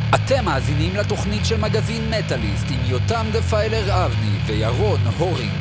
אתם מאזינים לתוכנית של מגזין מטאליסט עם יותם דפיילר אבני וירון הורינג.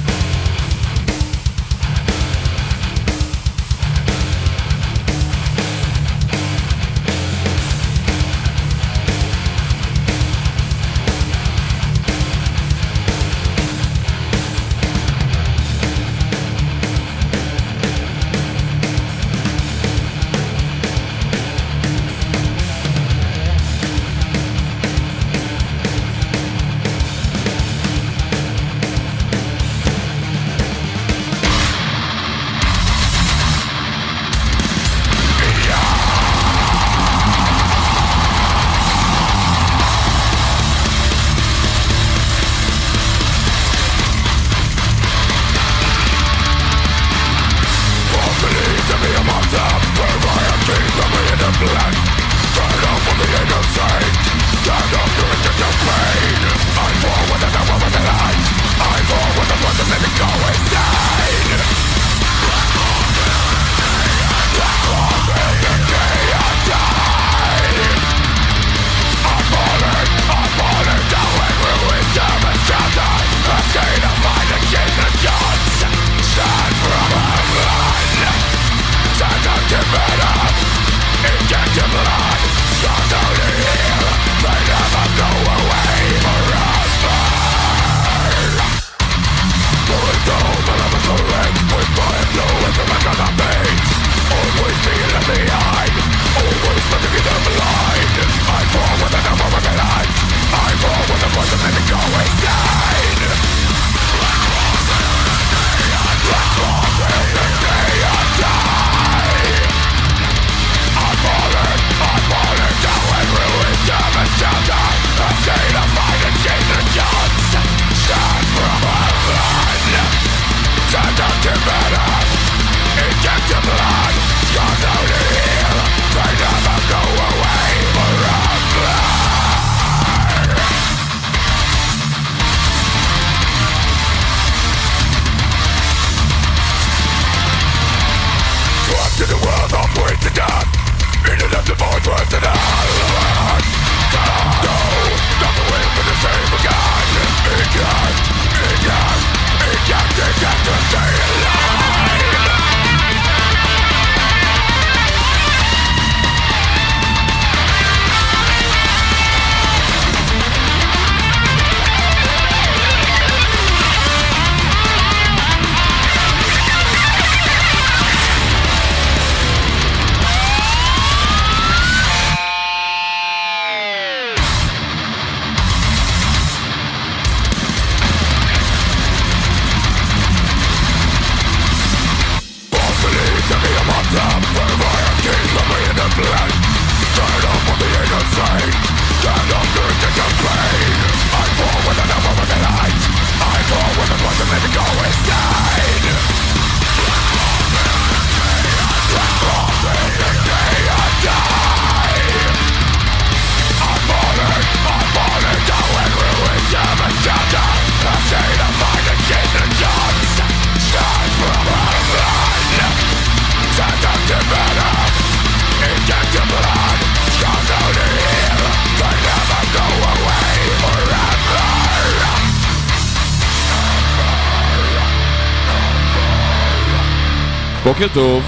בוקר טוב.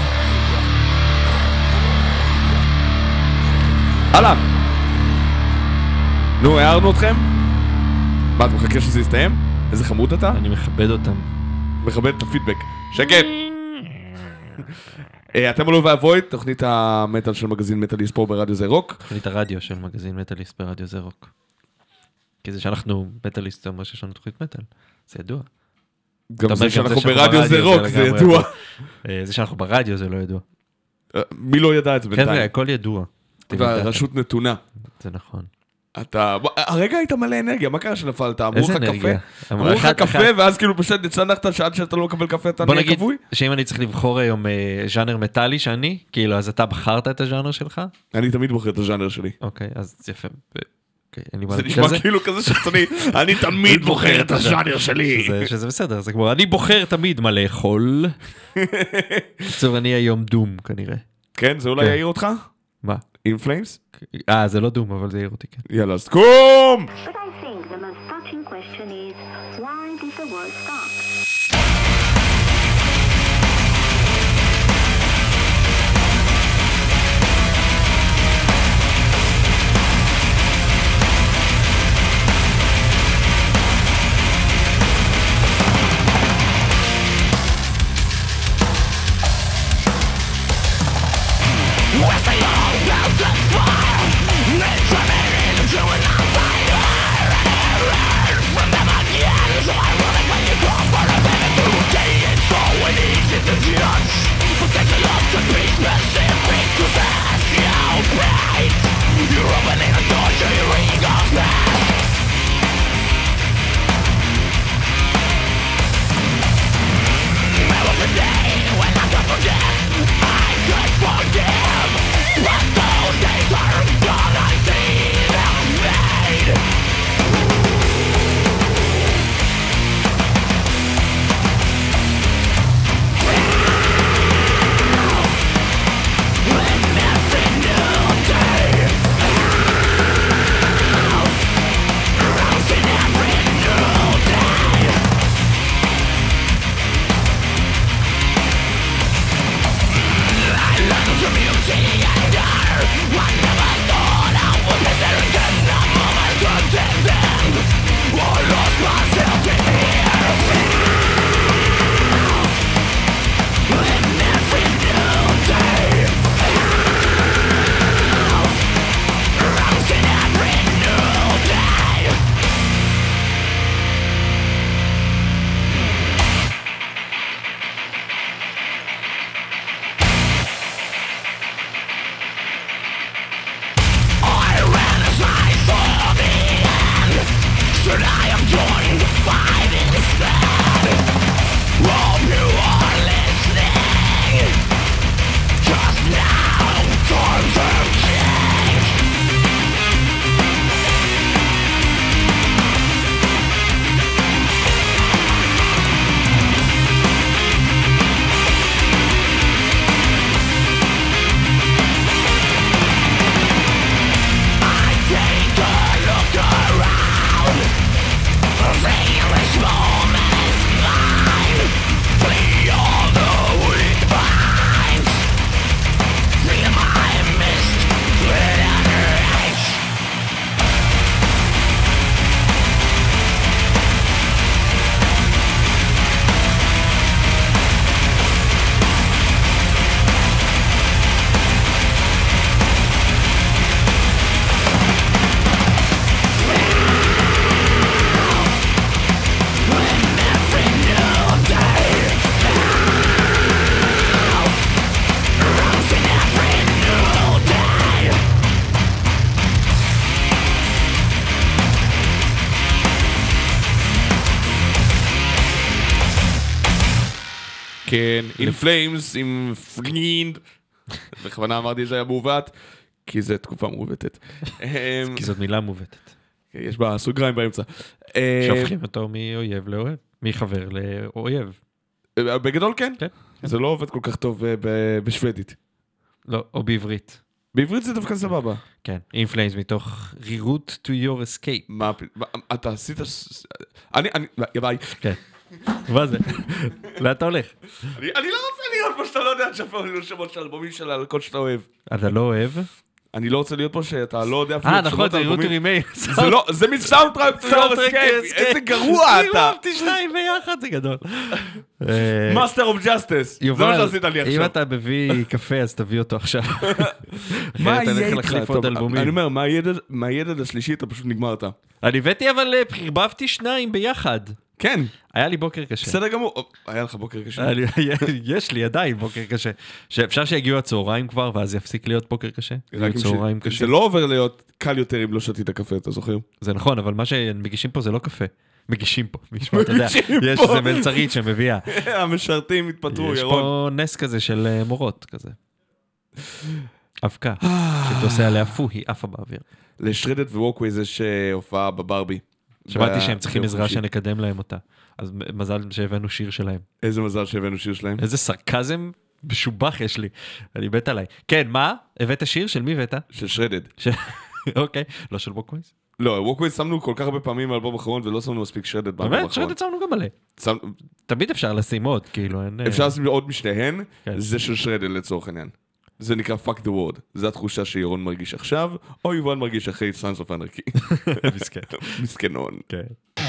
הלאה. נו, הערנו אתכם? מה, אתה מחכה שזה יסתיים? איזה חמוד אתה? אני מכבד אותם. מכבד את הפידבק. שקט. אתם עלו ואבוי, תוכנית המטל של מגזין מטאליסט פה ברדיו זה רוק. תוכנית הרדיו של מגזין מטאליסט ברדיו זה רוק. כי זה שאנחנו מטאליסט, זה אומר שיש לנו תוכנית מטל. זה ידוע. גם זה שאנחנו ברדיו זה רוק, זה ידוע. זה שאנחנו ברדיו זה לא ידוע. מי לא ידע את זה בינתיים? חבר'ה, הכל ידוע. והרשות נתונה. זה נכון. אתה, הרגע היית מלא אנרגיה, מה קרה שנפלת? אמרו לך קפה? אמרו לך אחד- קפה ואז כאילו פשוט נצנחת שעד שאתה לא מקבל קפה אתה בוא נהיה נגיד כבוי? שאם אני צריך לבחור היום ז'אנר מטאלי שאני, כאילו אז אתה בחרת את הז'אנר שלך? אני תמיד בוחר את הז'אנר שלי. אוקיי, אז יפה. אוקיי, אין לי מה זה להגיד נשמע על זה. כאילו כזה שצוני, אני תמיד בוחר את הז'אנר שלי. שזה בסדר, זה כמו, אני בוחר תמיד מה לאכול. בקיצור, אני היום דום כנראה. כן, זה אולי כן. יעיר אותך? מה? In Flames? זה לא דום, אבל זה העיר אותי, כן. יאללה, אז קום! But I think the most touching question is, why did the world stop? כן, In Flames, עם פלינד. בכוונה אמרתי שזה היה מעוות, כי זו תקופה מעוותת. כי זאת מילה מעוותת. יש בה סוגריים באמצע. שהופכים אותו מאויב לאוהב, מחבר לאויב. בגדול כן. כן. זה לא עובד כל כך טוב בשוודית. לא, או בעברית. בעברית זה דווקא סבבה. כן, In Flames מתוך Reroute to Your Escape. מה, אתה עשית... ביי. כן. מה זה? לאן אתה הולך? אני לא רוצה להיות פה שאתה לא יודע שאפילו שמות של אלבומים של הלקות שאתה אוהב. אתה לא אוהב? אני לא רוצה להיות פה שאתה לא יודע אפילו נכון, זה Reroute to Remain. זה לא, זה מסאונדטרק to Your Escape. איזה גרוע אתה. אני אוהבתי שניים ביחד, זה גדול. Master of Justice. זה מה שעשית לי עכשיו. אם אתה מביא קפה, אז תביא אותו עכשיו. מה אתה יהיה הולך איתך? להחליף עוד אלבומים. אני אומר, מהידד השלישי אתה פשוט נגמרת. אני הבאתי, אבל חרבבתי שניים ביחד. כן. היה לי בוקר קשה. בסדר גמור. היה לך בוקר קשה? יש לי עדיין בוקר קשה. שאפשר שיגיעו הצהריים כבר, ואז יפסיק להיות בוקר קשה. צהריים קשה. זה לא עובר להיות קל יותר אם לא שתית קפה, אתה זוכר? זה נכון, אבל מה שמגישים פה זה לא קפה. מגישים פה, משמע, אתה יודע. יש איזה מלצרית שמביאה. המשרתים התפטרו, יש ירון. פה נס כזה של מורות כזה. אבקה, שאתה עושה עליה פו, היא עפה באוויר. לשרדת וווקוויז יש הופעה בברבי. שמעתי שהם צריכים עזרה שנקדם להם אותה. אז מזל שהבאנו שיר שלהם. איזה מזל שהבאנו שיר שלהם. איזה סרקזם משובח יש לי, אני מת עליי. כן, מה? הבאת שיר? של מי הבאת? של שרדד. אוקיי, לא של ווקווייז? לא, ווקווייז שמנו כל כך הרבה פעמים באלבום האחרון, ולא שמנו מספיק שרדד באלבום באמת? האחרון. שרדד שמנו גם מלא. תמיד אפשר לשים עוד, כאילו, אין... אפשר לשים עוד משניהן, כן. זה של שרדד לצורך העניין. זה נקרא Fuck the World. זו התחושה שירון מרגיש עכשיו, או יובן מרגיש אחרי Sons of Anarchy. מסכן. מסכנון. כן.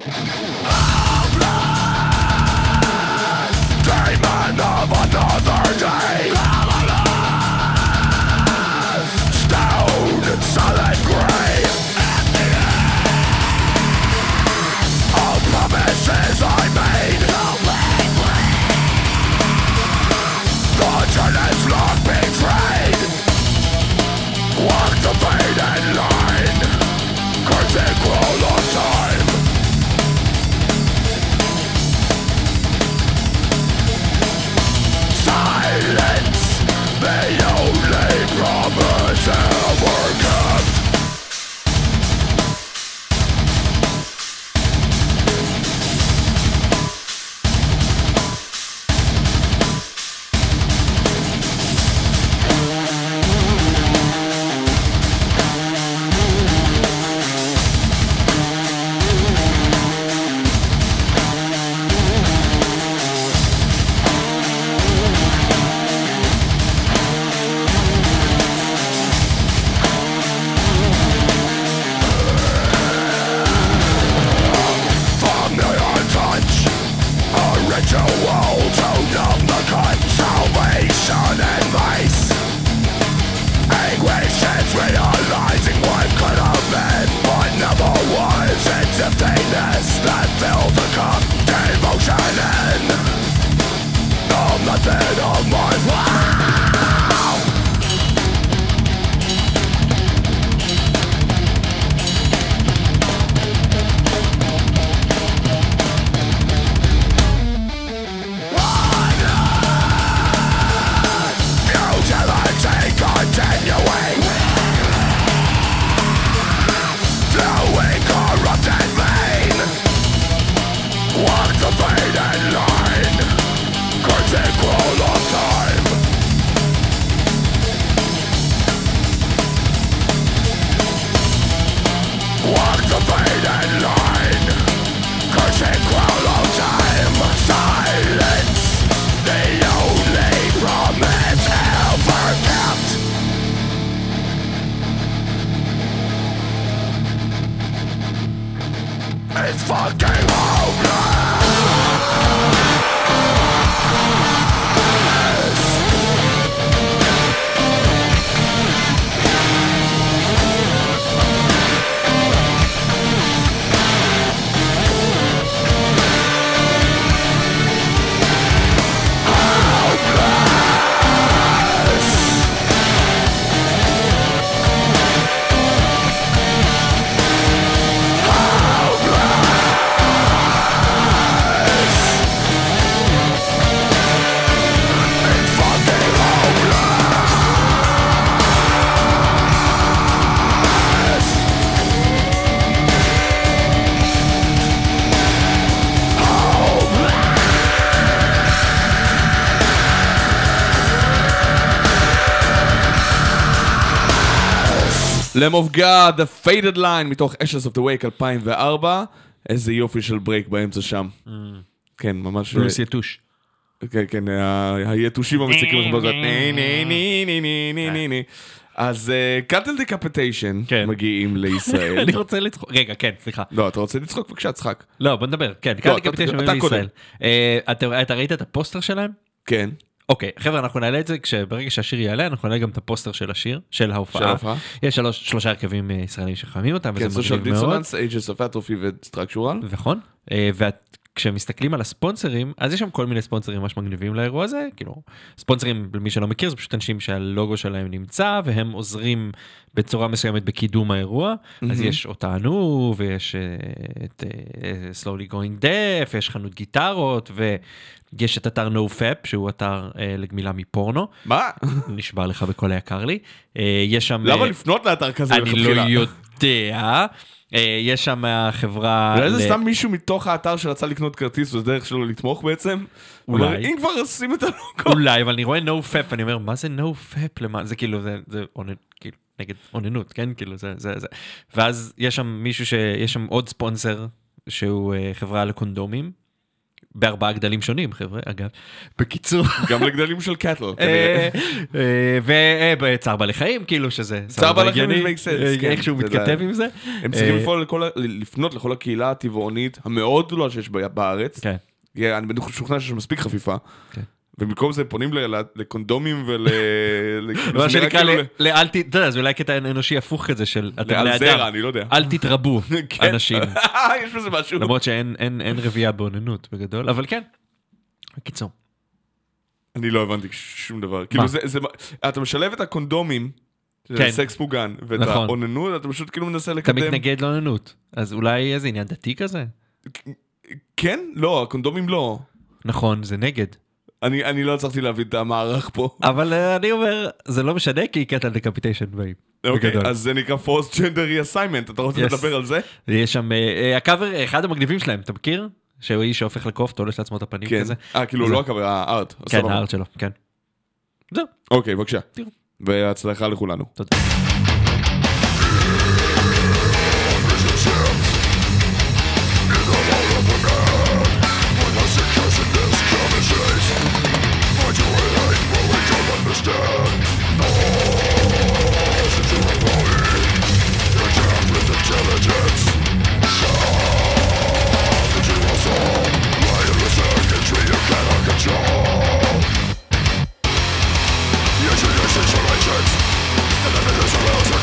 Lamb of God, The Faded Line, מתוך Ashes of the Wake 2004. איזה יופי של ברייק באמצע שם. כן, ממש... ברוס יתוש. כן, כן, היתושים המציקים לך בזאת. אז קאטל דקפיטיישן מגיעים לישראל. אני רוצה לצחוק. רגע, כן, סליחה. לא, אתה רוצה לצחוק? בבקשה, צחק. לא, בוא נדבר. כן, קאטל דקפיטיישן מגיעים לישראל. אתה ראית את הפוסטר שלהם? כן. אוקיי, חבר'ה, אנחנו נעלה את זה, ברגע שהשיר יעלה, אנחנו נעלה גם את הפוסטר של השיר, של ההופעה. יש שלושה הרכבים ישראלים שחיימים אותם, כן, Social Dissonance, Ages of Atrophy ו-Structural. נכון, וכשמסתכלים על הספונסרים, אז יש שם כל מיני ספונסרים ממש מגניבים לאירוע הזה, כאילו, ספונסרים, למי שלא מכיר, זה פשוט אנשים שהלוגו שלהם נמצא, והם עוזרים בצורה מסוימת בקידום האירוע, אז יש אותנו, ויש את Slowly Going Deaf, ויש חנות גיטרות, יש את אתר NoFap, שהוא אתר לגמילה מפורנו. מה? נשבע לך בכל היקר לי. יש שם... למה לפנות לאתר כזה? אני לא יודע. יש שם חברה... אולי זה סתם מישהו מתוך האתר שרצה לקנות כרטיס, וזה דרך שלו לתמוך בעצם? אולי. אם כבר עושים את הלוגו. אולי, אבל אני רואה NoFap, אני אומר, מה זה NoFap? זה כאילו, זה נגד עוננות, כן? כאילו, זה. ואז יש שם מישהו יש שם עוד ספונסר, שהוא חברה לקונדומים, בארבעה גדלים שונים, חבר'ה, אגב. בקיצור. גם לגדלים של קטל. ובצער בעלי חיים, כאילו שזה... צער בעלי חיים make sense, כן. איכשהו מתכתב עם זה. הם צריכים לפנות לכל הקהילה הטבעונית המאוד גדולה שיש בארץ. כן. אני משוכנע שיש מספיק חפיפה. כן. ובמקום זה פונים לקונדומים מה שנקרא אתה יודע, זה אולי קטע אנושי הפוך כזה של לאלזרה, אני לא יודע. אל תתרבו אנשים. יש בזה משהו. למרות שאין רבייה באוננות בגדול, אבל כן. בקיצור. אני לא הבנתי שום דבר. כאילו אתה משלב את הקונדומים, שזה סקס מוגן, ואת האוננות, אתה פשוט כאילו מנסה לקדם. אתה מתנגד לאוננות. אז אולי איזה עניין דתי כזה? כן? לא, הקונדומים לא. נכון, זה נגד. אני לא הצלחתי להבין את המערך פה. אבל אני אומר, זה לא משנה, כי קטע דקפיטיישן באים. אוקיי, אז זה נקרא Forced Gender Reassignment, אתה רוצה לדבר על זה? יש שם, הקאבר, אחד המגניבים שלהם, אתה מכיר? שהוא איש שהופך לקוף, תולש לעצמו את הפנים כזה. כאילו לא הקאבר, הארט. כן, הארט שלו, כן. זהו. אוקיי, בבקשה. והצלחה לכולנו. תודה. Situations, and then there's a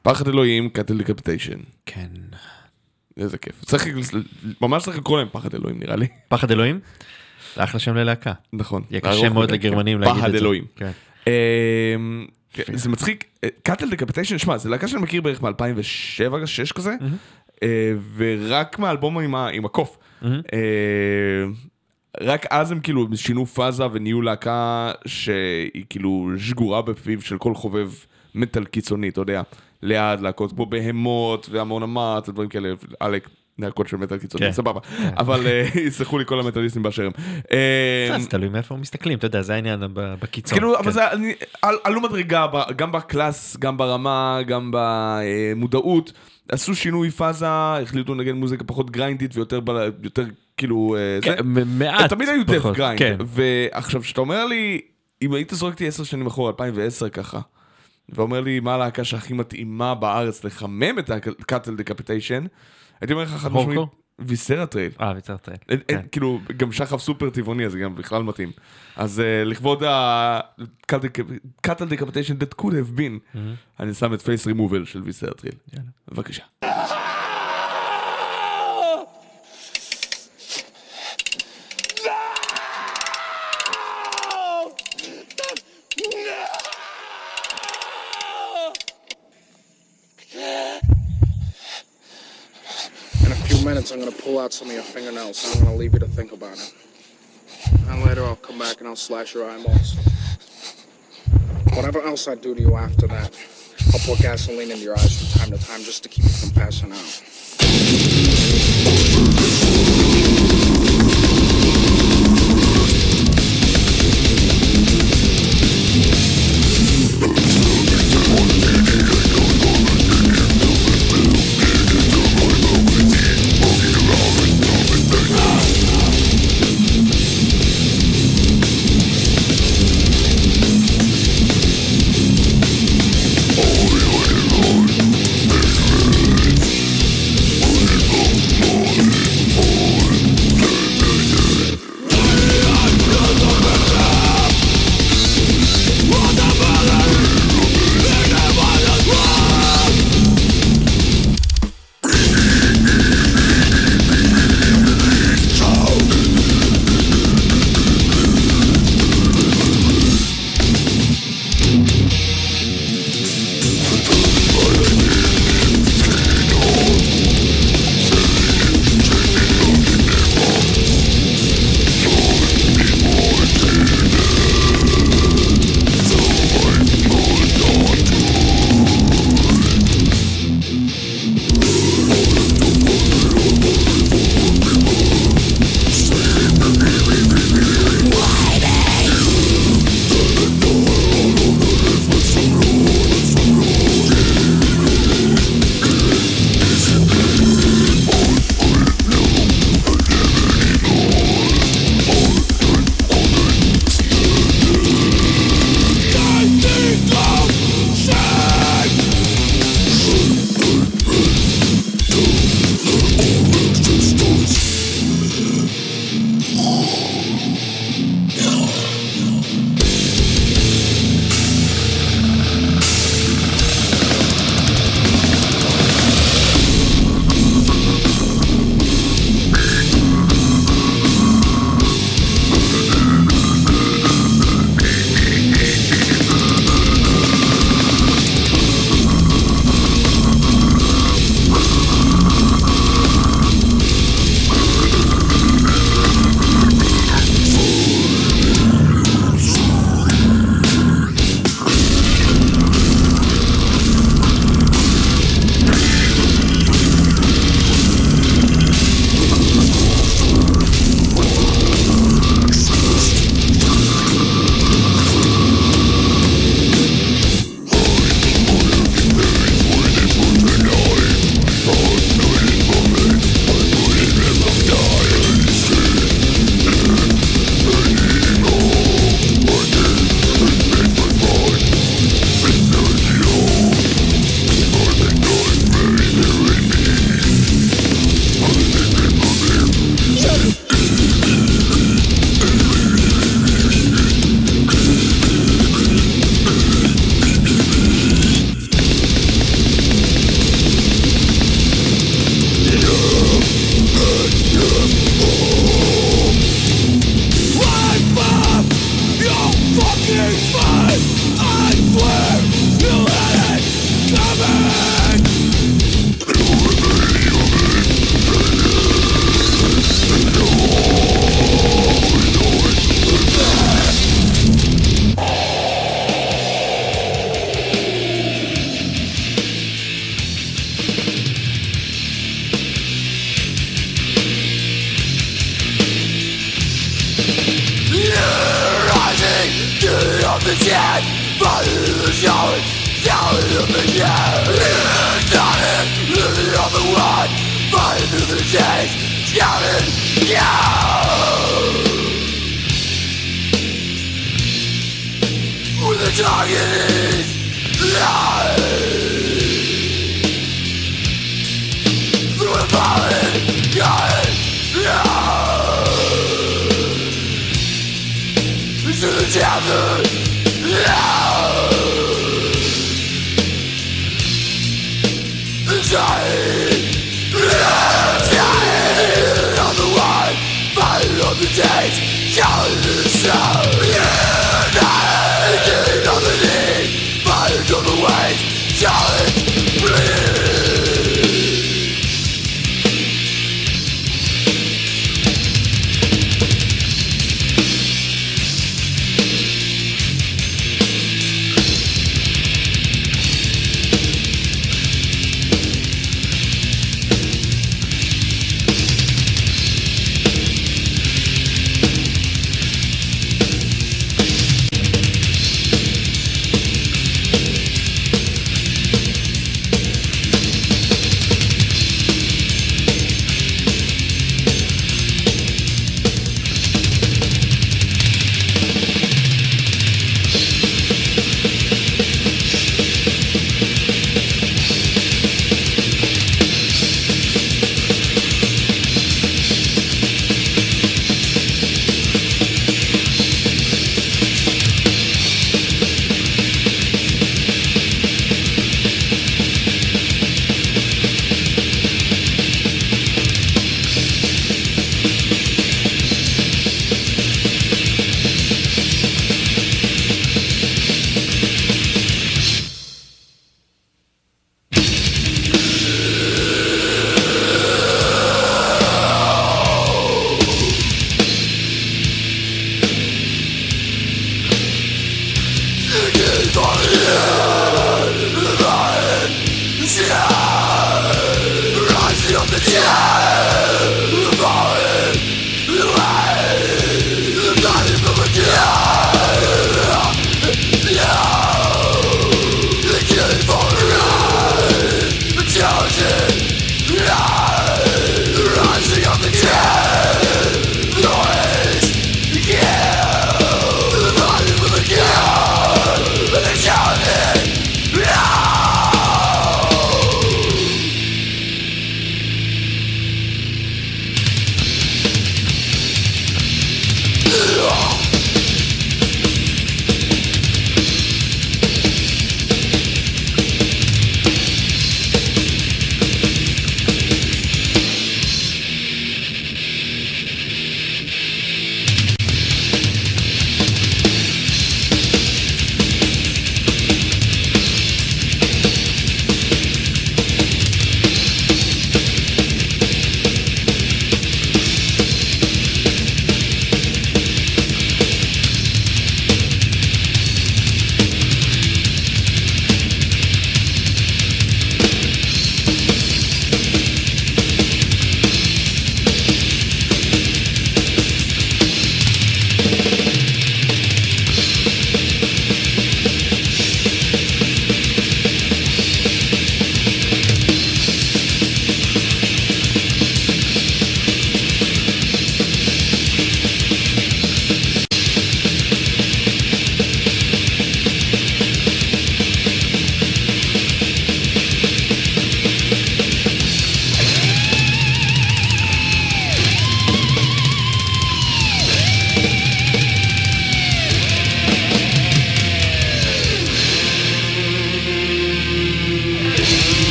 פחד אלוהים, קאטל דקפיטיישן. כן. איזה כיף. ממש צריך לקרוא להם פחד אלוהים, נראה לי. פחד אלוהים? זה אחלה שם ללהקה. נכון. יהיה קשה מאוד לגרמנים להגיד את זה. פחד אלוהים. כן. זה מצחיק, קאטל דקפיטיישן, שמע, זה להקה שאני מכיר בערך מ-2007-2006 כזה, ורק מהאלבום עם הקוף. רק אז הם כאילו שינו פאזה ונהיו להקה שהיא כאילו שגורה בפיו של כל חובב מטל קיצוני, אתה יודע, ליד להקות כמו בהמות והמון אמרת, דברים כאלה, עלק, להקות של מטל קיצוני, סבבה. אבל יסלחו לי כל המטליסטים באשר הם. אז תלוי מאיפה מסתכלים, אתה יודע, זה העניין בקיצון. כאילו, אבל זה עלו מדרגה, גם בקלאס, גם ברמה, גם במודעות, עשו שינוי פאזה, החליטו נגן מוזיקה פחות גריינדית ויותר כאילו, מעט. תמיד היו דף גריינד. ועכשיו, שאתה אומר לי, אם היית זורקתי 10 שנים אחורה, 2010 ככה, ואומר לי מה הלהקה שהכי מתאימה בארץ לחמם את הקאטל דקפיטיישן, הייתי אומר לך חד משמעית, ויסרה טרייל. ויסרה טרייל. כאילו, גם שחף סופר טבעוני, אז זה גם בכלל מתאים. אז לכבוד הקאטל דקפיטיישן that could have been, אני שם את פייס רימובל של ויסרה טרייל. בבקשה. I'm going to pull out some of your fingernails. I'm going to leave you to think about it. And later I'll come back and I'll slash your eyeballs. Whatever else I do to you after that, I'll pour gasoline in your eyes from time to time just to keep you from passing out.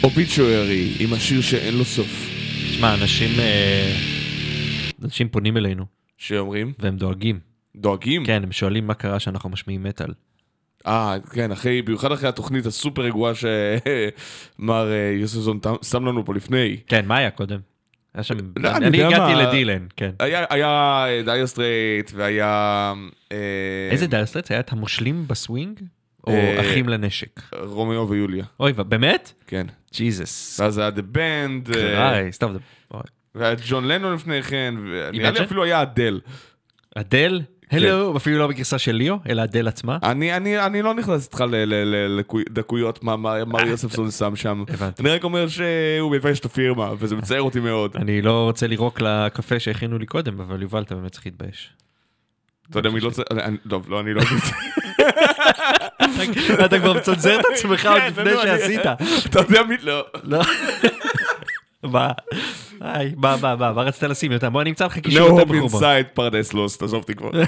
אוביצ'וארי עם השיר שאין לו סוף. תשמע, אנשים פונים אלינו, שאומרים? והם דואגים. דואגים? כן, הם שואלים מה קרה שאנחנו משמיעים מטל. כן, במיוחד אחרי התוכנית הסופר רגועה שמר יוספסון שם לנו פה לפני. כן, מה היה קודם? היה שם... לא, אני יודע הגעתי מה. לדילן, כן. היה דייר סטרייט, והיה... איזה דייר סטרייט? היה את המושלים בסווינג? או אחים לנשק? רומאו ויוליה. אוי, באמת? כן. ג'יזוס. ואז היה The Band, קרייסט, טוב, אוי. והיה ג'ון לנון לפני כן, ונראה לי Imagine? אפילו היה אדל. אדל? הלו, אפילו לא בגרסה של ליאו, אלא אדל עצמה. אני לא נכנס איתך לדקויות מה מר יוספסון שם שם. הבנתי. אני רק אומר שהוא מפייש את הפירמה, וזה מצער אותי מאוד. אני לא רוצה לירוק לקפה שהכינו לי קודם, אבל יובל, אתה באמת צריך להתבייש. אתה יודע מי לא צריך... טוב, לא, אני לא... אתה כבר מצנזר את עצמך עוד לפני שעשית. אתה יודע מי... לא. לא. מה רצית לשים יותר? בוא נמצא לך No קישור יותר hope מחובר. inside פרדס לוסט, תעזוב אותי כבר.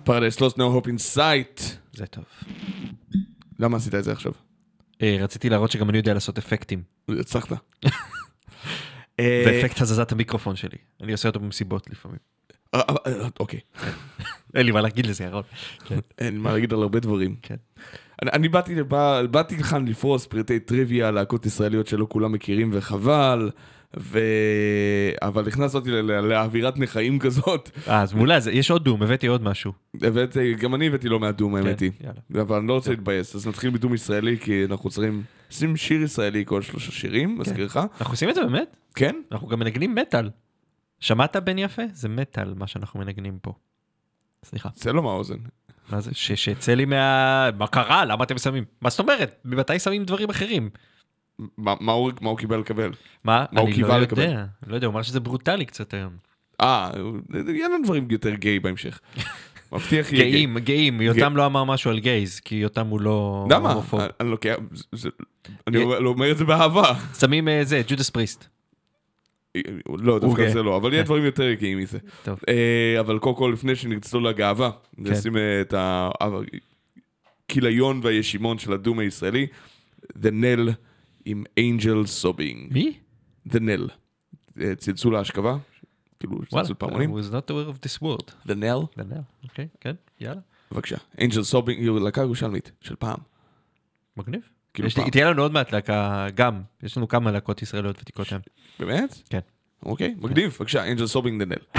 Paradise Lost, No Hope in Sight. זה טוב. למה עשית את זה עכשיו? רציתי להראות שגם אני יודע לעשות אפקטים. הצלחת. זה אפקט הזזת המיקרופון שלי. אני עושה אותו במסיבות לפעמים. אוקיי. אין לי מה להגיד לזה, ירון. אין מה להגיד על הרבה דברים. כן. אני באתי לכאן לפרוס פרטי טריוויה, להקות ישראליות שלא כולם מכירים וחבל, אבל הכנס אותי לאווירת נחיים כזאת. אז מעולה, יש עוד דום, הבאתי עוד משהו. גם אני הבאתי לא מהדום, האמת היא. יאללה. אבל אני לא רוצה להתבייס, אז נתחיל בדום ישראלי, כי אנחנו צריכים לשים שיר ישראלי כל 3 שירים, מזכיר לך? אנחנו עושים את זה באמת? כן? אנחנו גם מנגנים מטל. שמעת בן יפה? זה מטל, מה שאנחנו מנגנים פה. סליחה. צא לו מהאוזן. מה זה? שיצא לי מה קרה? למה אתם שמים? מה זאת אומרת? מתי שמים דברים אחרים? מה הוא קיבל לקבל? מה? מה הוא אני קיבל לא לקבל? יודע. לא יודע, הוא אמר שזה ברוטלי קצת היום. יהיה לנו דברים יותר גיי בהמשך. מבטיח יהיה גיי. גאים. יותם לא אמר משהו על גייז, כי יותם הוא לא... למה? הומופוב. אני אומר את זה באהבה. שמים זה, ג'ודס פריסט. לא, דווקא אוקיי. זה לא, אבל יהיה דברים יותר גאים מזה. טוב. אבל קודם כל, לפני שנצלול לגאווה, נשים את הכיליון והישימון של הדום הישראלי, The Nell עם Angel Sobbing. מי? The Nell. צלצול ההשכבה, כאילו צלצול פעמונים. I was not aware of this word. The Nell. אוקיי, כן, יאללה. בבקשה. Angel Sobbing, היא להקה ירושלמית של פעם. מגניב. כאילו פעם. תהיה לנו עוד מעט להקה, גם, יש לנו כמה להקות ישראליות ותיקות שם. באמת? כן. אוקיי, מגניב. בבקשה, Angel Sobbing, The Nell.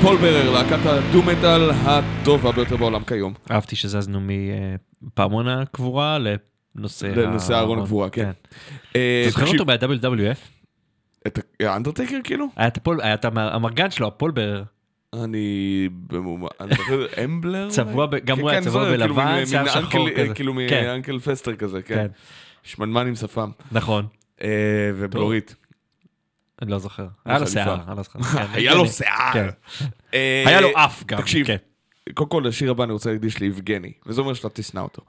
פול ברר, להקת הדו-מטל הטובה ביותר בעולם כיום. אהבתי שזזנו מפעמון הקבורה לנושא הארון הקבורה, כן. אתה זוכר אותו ב-WWF? את האנדרטייקר כאילו? היה את המרגן שלו, הפול ברר. אני זוכר אמבלר? צבוע, גם הוא היה צבוע בלבן, שיער שחור כזה. כאילו מאנקל פסטר כזה, כן. שמנמן עם שפם. נכון. ובלורית. אני לא זוכר. היה לו שיער. היה לו שיער. היה לו אף גם. תקשיב, קודם כל לשיר הבא אני רוצה להקדיש ליבגני, וזה אומר שאתה תשנא אותו.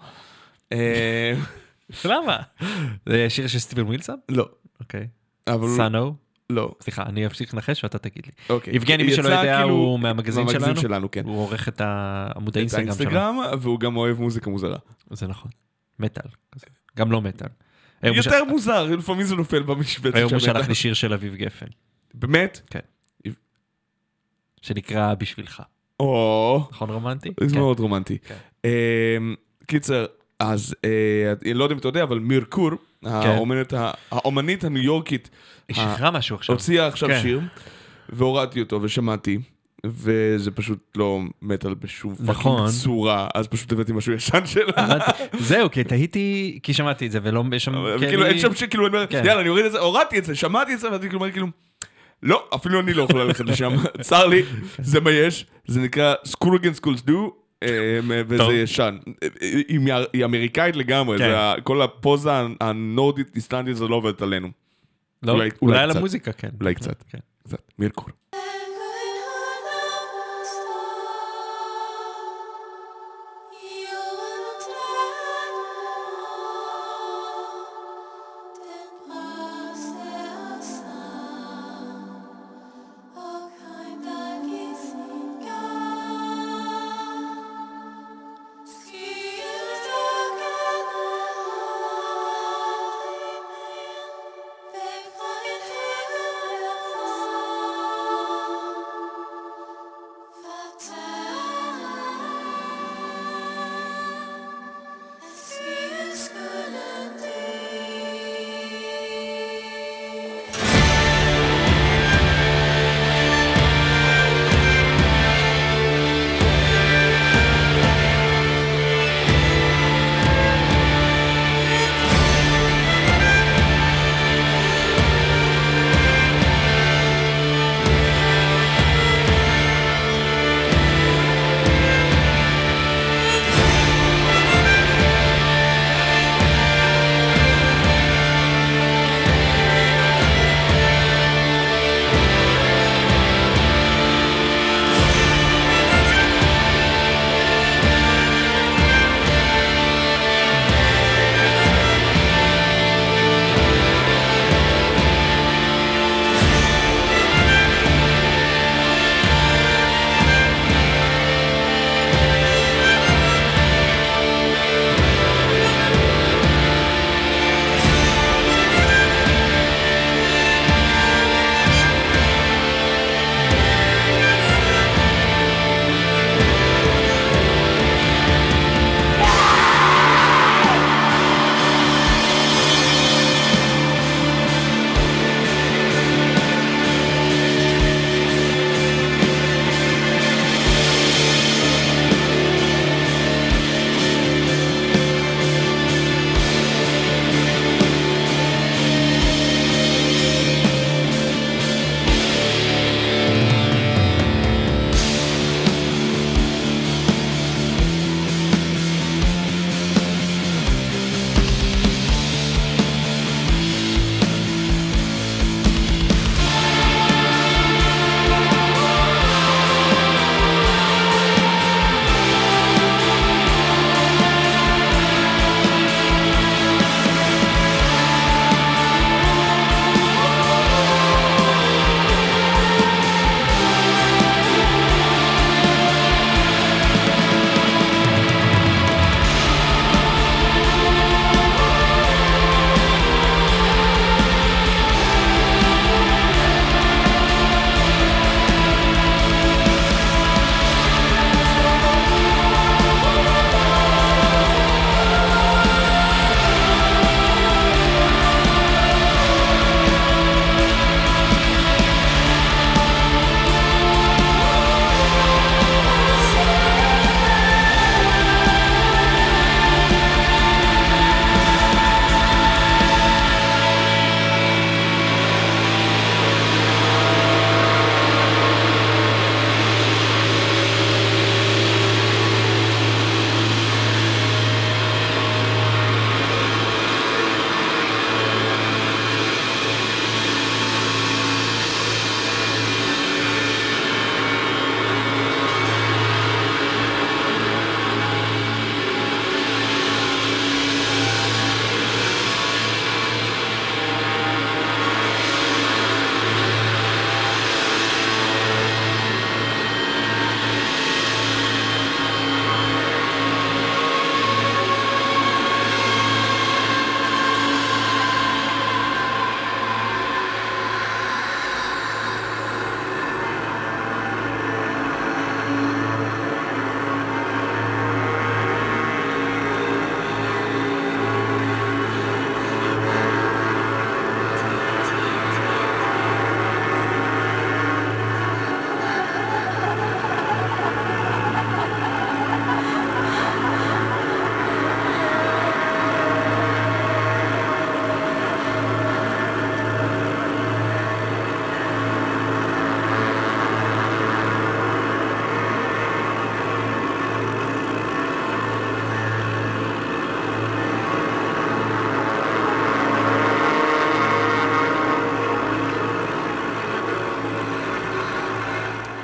למה? זה שיר של סטיבן ווילסון? לא. אוקיי. סאנו? לא. סליחה, אני אפסיק לנחש ואתה תגיד לי. אוקיי. יבגני, מי שלא יודע, כאילו הוא מהמגזין שלנו, כן. הוא עורך את עמוד האינסטגרם שלנו. האינסטגרם, והוא גם אוהב מוזיקה מוזרה. זה נכון. מטל. גם לא מטל. יותר מוזר, לפעמים זה נופל במשבצת. היום הוא שלח לי שיר של אביב גפן. באמת? כן. שנקרא בשבילך. נכון רומנטי? זה מאוד רומנטי. קיצר, אז אני לא יודע אם אתה יודע, אבל מירקור, האומנית הניו יורקית, היא שחררה משהו עכשיו. הוציאה עכשיו שיר, והורדתי אותו ושמעתי, וזה פשוט לא מטל בשום פאקינג צורה, אז פשוט הבאתי משהו ישן שלה. זהו, כי תהיתי, כי שמעתי את זה, ולא שם... כאילו אין שם שכאילו, יאללה, אני אוריד את זה, הורדתי את זה, שמעתי את זה, ואני כאילו, לא, אפילו אני לא יכול ללכת לשם, צר לי, זה מה יש, זה נקרא School Against Schools Do, וזה ישן. היא אמריקאית לגמרי, כל הפוזה הנורדית איסלנדית זה לא עובדת עלינו. אולי על המוזיקה, כן. אולי קצת. מירקור.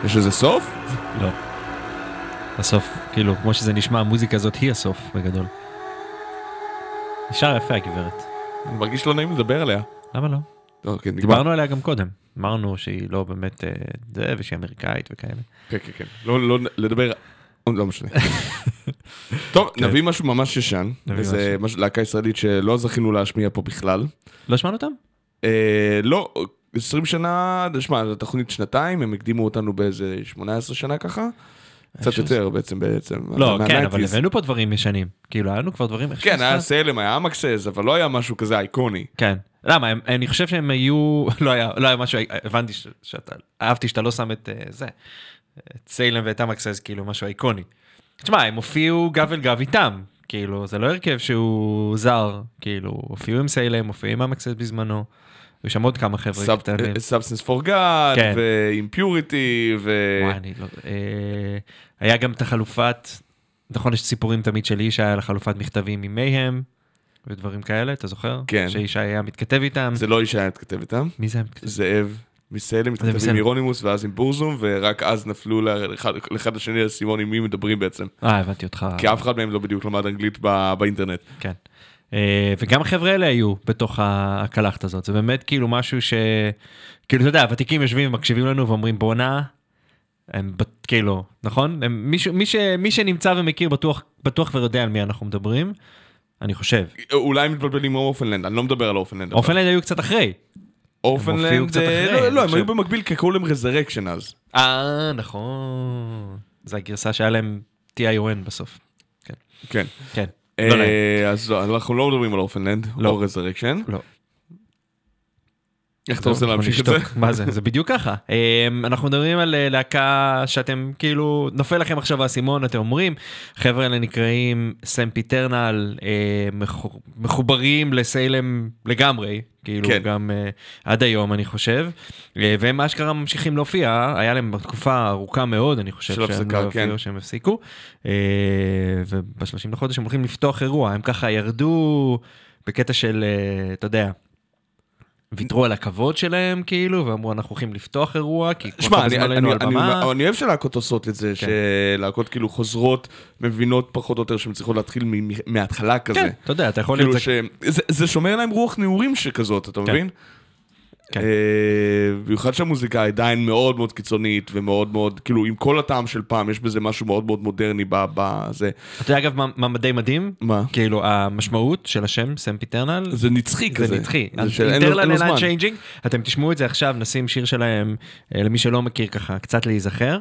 יש איזה סוף? לא. הסוף, כאילו, כמו שזה נשמע, המוזיקה הזאת היא הסוף בגדול. נשאר יפה הגברת. אני מרגיש לא נעים לדבר עליה. למה לא? אוקיי, נגמר. דיברנו עליה גם קודם. אמרנו שהיא לא באמת זה, ושהיא אמריקאית וכאלה. כן, כן, כן. לא לדבר... לא משנה. טוב, נביא משהו ממש ישן. זה להקה ישראלית שלא זכינו להשמיע פה בכלל. לא שמענו אותם? לא, 20 שנה, שמע, התוכנית שנתיים, הם הקדימו אותנו באיזה 18 שנה ככה. קצת יותר בעצם. לא, כן, אבל הבאנו פה דברים ישנים. כאילו, היה לנו כבר דברים... כן, היה סלם, היה אמקסס, אבל לא היה משהו כזה אייקוני. כן. למה? אני חושב שהם היו... לא היה משהו... הבנתי שאתה... אהבתי שאתה לא שם את זה. את סלם ואת אמקסס, כאילו, משהו אייקוני. תשמע, הם הופיעו גב אל גב איתם. כאילו, זה לא הרכב שהוא זר. כאילו, הופיעו עם סלם, הופיעו עם אמקסס בזמנו. יש שם עוד כמה חבר'ה קטנים. Substance for God, ו-Impurity, וואי, אני לא... היה גם את החלופת, נכון, יש סיפורים תמיד שלי, שהיה לחלופת מכתבים עם מייהם, ודברים כאלה, אתה זוכר? כן. שאישה היה מתכתב איתם. זה לא אישה היה מתכתב איתם. מי זה היה מתכתב? זאב מסלם, מתכתב עם אירונימוס, ואז עם בורזום, ורק אז נפלו לאחד השני לסימון עם מי מדברים בעצם. הבנתי אותך. כי אף אחד מהם לא בדיוק למד אנגלית באינטרנט. כן. וגם החבר'ה האלה היו בתוך הקלחת הזאת. זה באמת כאילו משהו ש... כאילו, אתה יודע, הוותיקים יושבים ומקשיבים לנו ואומרים, בונה, הם כאילו, נכון? מי שנמצא ומכיר בטוח ויודע על מי אנחנו מדברים, אני חושב. אולי מתבלבלים עם אורפנלנד, אני לא מדבר על אורפנלנד. אורפנלנד היו קצת אחרי. אורפנלנד, לא, הם היו במקביל כקראו להם רזרקשן אז. נכון. זו הגרסה שהיה להם T.I.O.N בסוף. כן. כן. אז אנחנו לא מדברים על אורפנלנד, או רזרקשן. לא. איך אתה רוצה להמשיך את זה? מה זה? זה בדיוק ככה. אנחנו מדברים על להקה שאתם כאילו, נופל לכם עכשיו האסימון, אתם אומרים, חבר'ה האלה נקראים סמפיטרנל, מחוברים לסיילם לגמרי, כאילו גם עד היום אני חושב, והם אשכרה ממשיכים להופיע, היה להם בתקופה ארוכה מאוד, אני חושב שהם לא הופיעו, שהם הפסיקו, וב-30 לחודש הם הולכים לפתוח אירוע, הם ככה ירדו בקטע של, אתה יודע, ויתרו על הכבוד שלהם, כאילו, ואמרו, אנחנו הולכים לפתוח אירוע, כי כל כך זמן עלינו על במה. אני אוהב שלהקות עושות את זה, שלהקות כאילו חוזרות, מבינות פחות או יותר שהן צריכות להתחיל מההתחלה כזה. כן, אתה יודע, אתה יכול להיות... זה שומר להם רוח נעורים שכזאת, אתה מבין? כן. במיוחד שהמוזיקה עדיין מאוד מאוד קיצונית, ומאוד מאוד, כאילו, עם כל הטעם של פעם, יש בזה משהו מאוד מאוד מודרני בזה. אתה יודע, אגב, מה די מדהים? מה? כאילו, המשמעות של השם, סמפיטרנל, זה נצחי כזה. זה נצחי. אין לו זמן. אתם תשמעו את זה עכשיו, נשים שיר שלהם, למי שלא מכיר ככה, קצת להיזכר.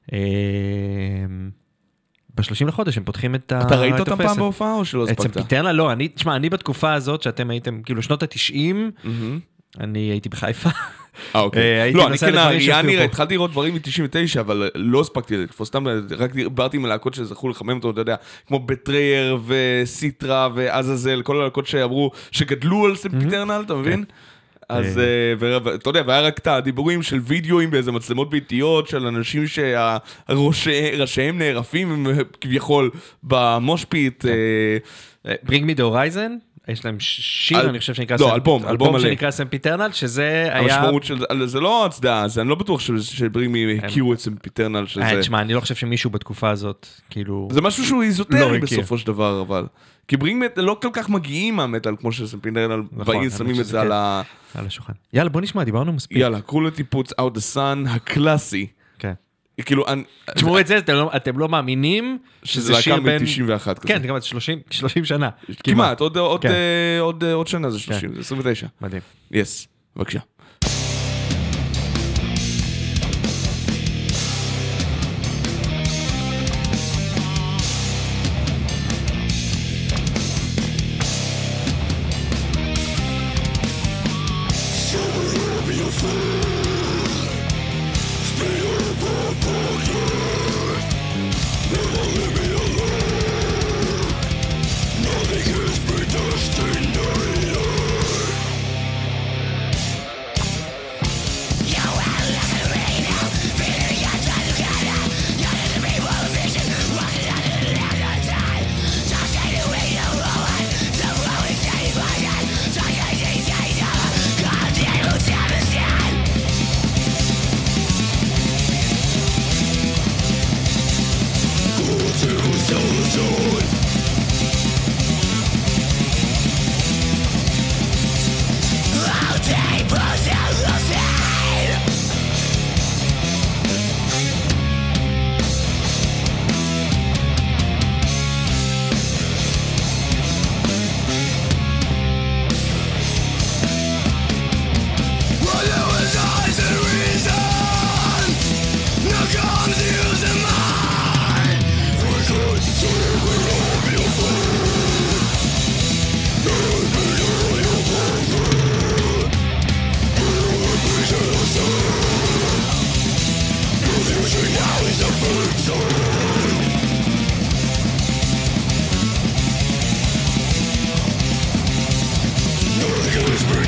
ב-30 לחודש הם פותחים את אתה ראית אותם פעם בהופעה או שלא הספקת? את סמפיטרנל, לא, אני בתקופה הזאת שאתם הייתם, כאילו, שנות ה-90, אני הייתי בחיפה. אוקיי. לא, אני כנעריאני התחלתי לראות דברים מ-99, אבל לא הספקתי לתפוס סתם, רק דיברתי עם הלהקות שזכו לחמם אותו, אתה יודע, כמו בטרייר וסיטרה ועזאזל, כל הלהקות שאמרו, שגדלו על סמפיטרנל, אתה מבין? אז, אתה יודע, והיה רק את הדיבורים של וידאוים באיזה מצלמות ביתיות, של אנשים שראשיהם נערפים כביכול במושפיט. Bring me the horizon. יש להם שיר, אני חושב שנקרא... לא, אלבום שנקרא סמפיטרנל, שזה היה... המשמעות של... זה לא הצדעה, אני לא בטוח שברימי הכירו את סמפיטרנל, שזה... תשמע, אני לא חושב שמישהו בתקופה הזאת, כאילו... זה משהו שהוא איזוטרי בסופו של דבר, אבל... כי ברינג מטל לא כל כך מגיעים מהמטל, כמו שסמפיטרנל באים, שמים את זה על השולחן. יאללה, בוא נשמע, דיברנו מספיק. יאללה, Quality Puts Out the Sun, הקלאסי. כן. כאילו, תשמעו את זה, אתם לא מאמינים שזה שיר בין... שזה להקה מ-91 כזה. כן, כמעט 30 שנה. כמעט, עוד שנה זה 30, זה 29. מדהים. יס, בבקשה.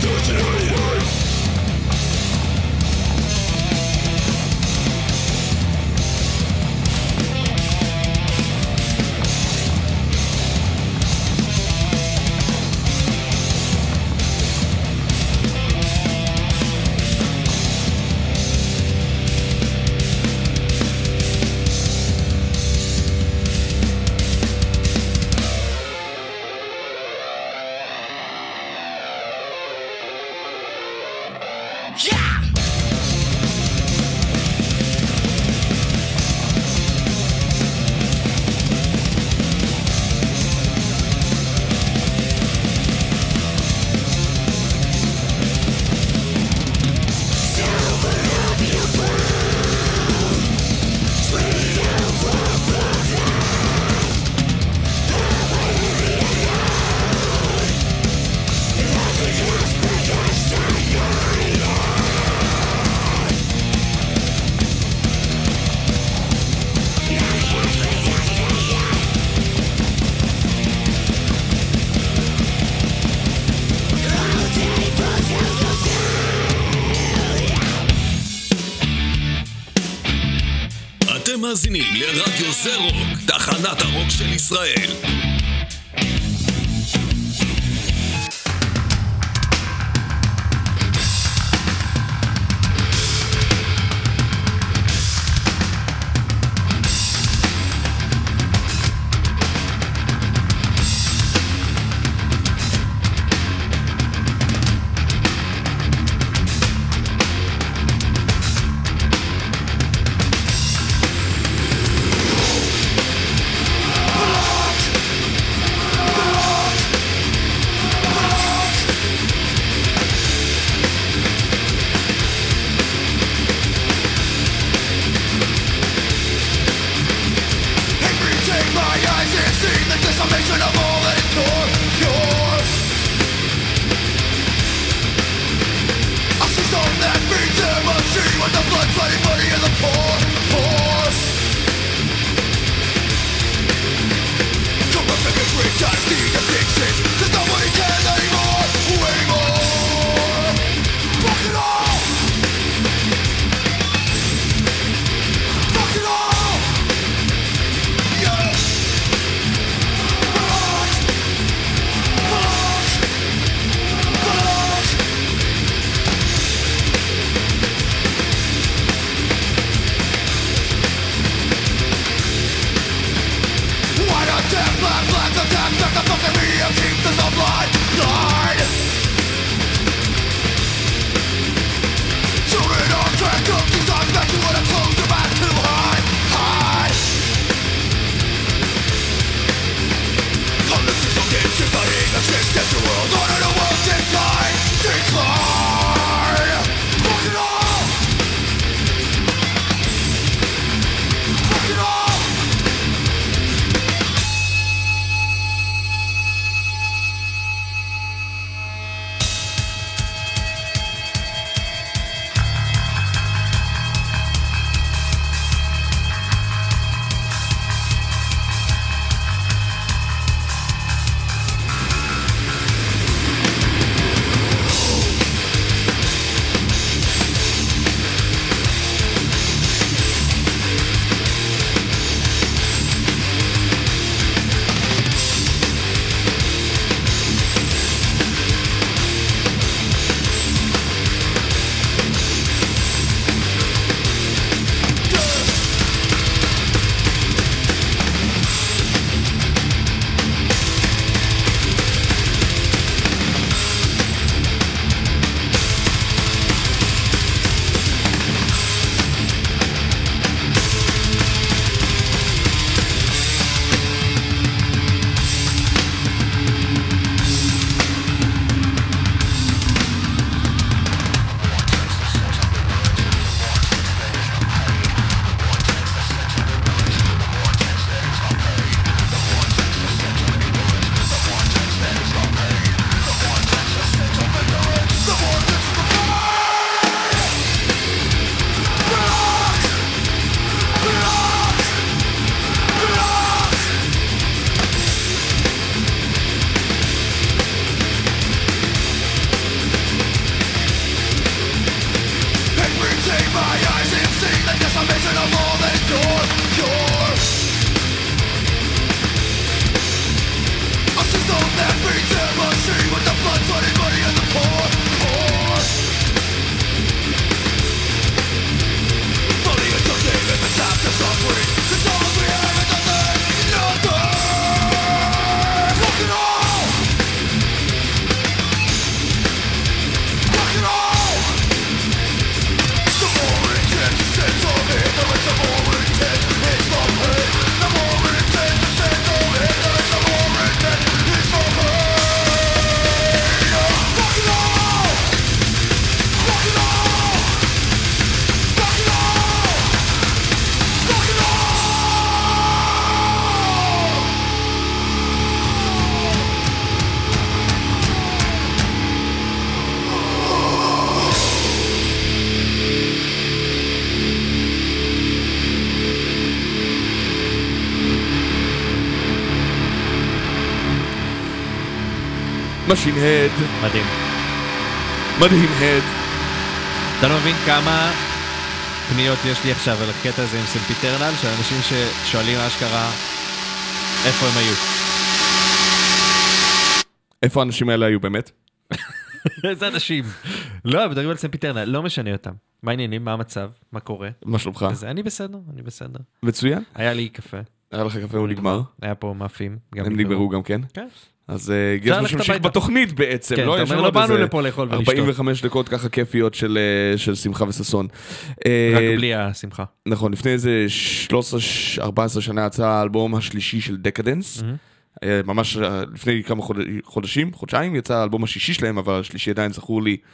אתם מאזינים לרדיו זה רוק, תחנת הרוק של ישראל. משין הד, מדהים. מדהים הד. אתה לא מבין כמה פניות יש לי עכשיו על הקטע הזה עם סמפיטרנל, של אנשים ששואלים אשכרה איפה הם היו. איפה האנשים האלה היו באמת? איזה אנשים. לא, מדברים על סמפיטרנל, לא משנה אותם. מה העניינים, מה המצב, מה קורה? מה שלומך? אני בסדר, אני בסדר. מצוין. היה לי קפה. היה לך קפה, הוא נגמר. היה פה מאפים. הם נגמרו גם כן. כן. אז הגיע הזמן שנמשיך בתוכנית בעצם. כן, לא, אתה יש אומר, לנו לא עוד באנו איזה לפה לאכול ולשתות. 45 דקות ככה כיפיות של שמחה וששון. רק בלי השמחה. נכון, לפני איזה 13-14 שנה יצא האלבום השלישי של דקדנס. ממש לפני כמה חודשיים, יצא האלבום השישי שלהם, אבל השלישי עדיין זכור לי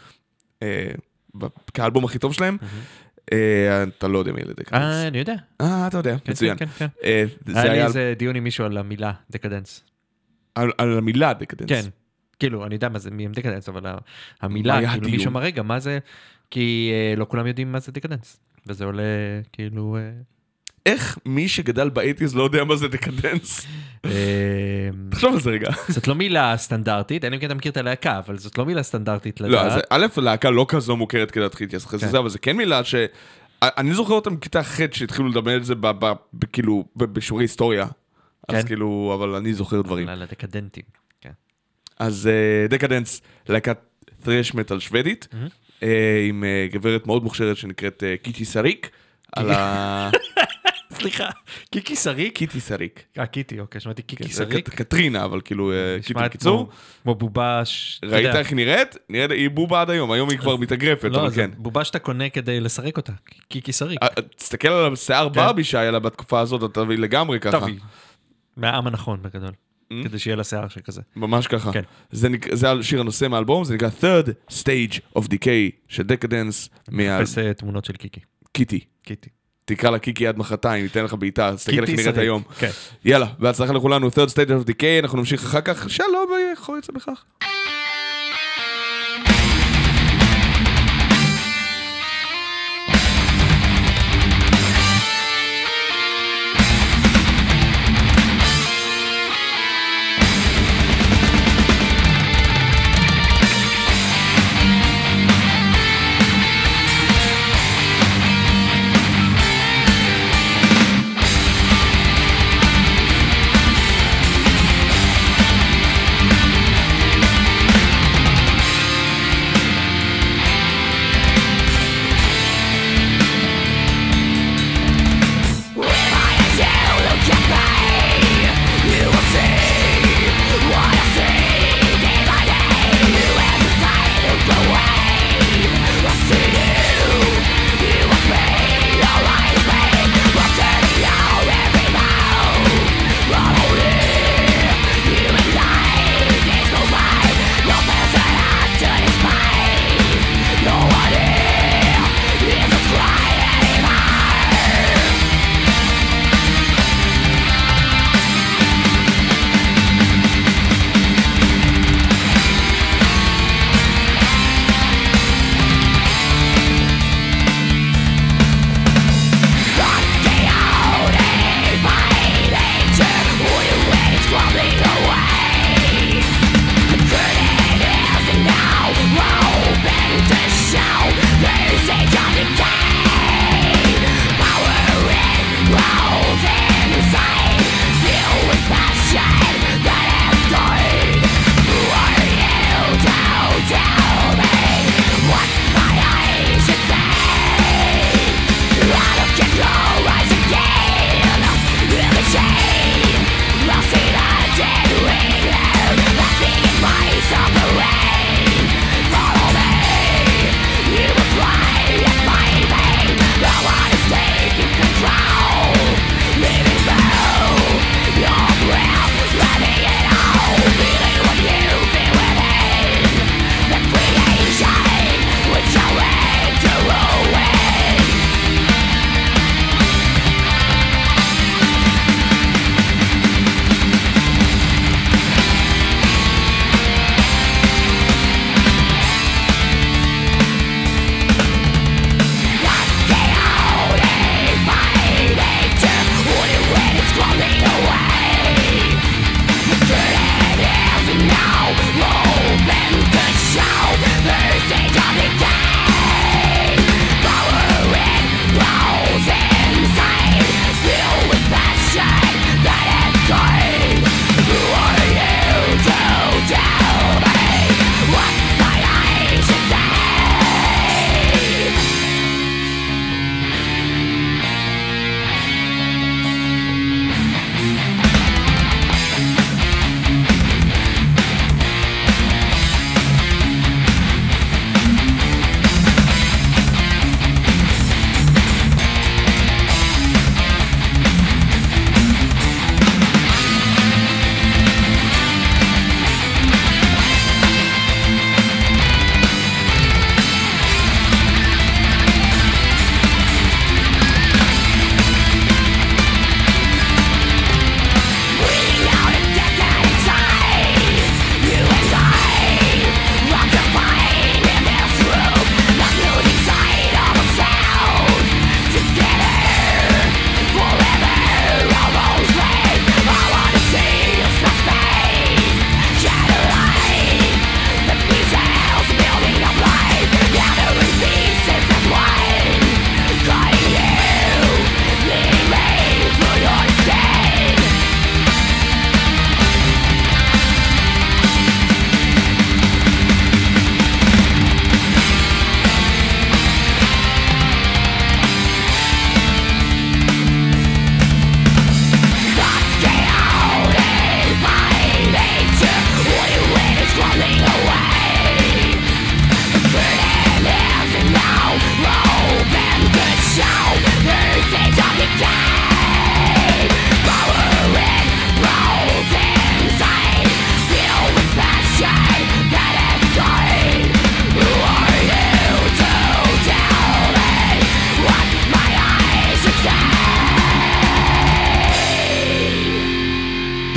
כאלבום הכי טוב שלהם. אתה לא יודע מי אלה דקדנס. אני יודע. אתה יודע, מצוין. כן. היה לי איזה דיון עם מישהו על המילה דקדנס. על המילה דקדנס. כן, כאילו, אני יודע מה זה, מי הם דקדנס, אבל המילה, כאילו מישהו אמר, רגע, מה זה, כי לא כולם יודעים מה זה דקדנס, וזה עולה, כאילו... איך מי שגדל באייטיז לא יודע מה זה דקדנס? תחשוב על זה רגע. זאת לא מילה סטנדרטית, אין לי אתה מכיר את הלהקה, אבל זאת לא מילה סטנדרטית לדעת. לא, אז א', הלהקה לא כזו מוכרת כדתחית יחסית לזה, אבל זה כן מילה ש... אני זוכר אותם בכיתה ח' שהתחילו לדבר על זה כאילו בשיעורי היסטוריה. אז כאילו, אבל אני זוכר דברים. על הדקדנטים, כן. אז דקדנס, להקת thrash metal שוודית, עם גברת מאוד מוכשרת שנקראת קיטי סריק, על ה... סליחה, קיקי סריק? קיטי סריק. קיטי, אוקיי, שמעתי קיקי זה סריק. קטרינה, אבל כאילו קיטי בקיצור. כמו בובש. ראית איך היא נראית? היא בובה עד היום, היום היא כבר מתאגרפת, אבל לא, כן. זה בובה שאתה קונה כדי לסרק אותה, קיקי סריק. תסתכל על השיער ברבי שהיה לה בתקופה הזאת, אתה תביא לגמרי ככה. טוב, מהעם הנכון בגדול, כדי שיהיה לה שיער שכזה. ממש ככה. כן. זה השיר הנושא מהאלבום, זה נקרא Third Stage of Decay של דקדנס. מחפש תמונות של קיקי. קיטי. קיטי. תקרא לה קיקי עד מחרתיים, ניתן לך בעיטה, תסתכל איך קיטי נראית שריק. היום. כן. יאללה, בהצלחה לכולנו, Third Stage of Decay, אנחנו נמשיך אחר כך, שלום ויכול בכך.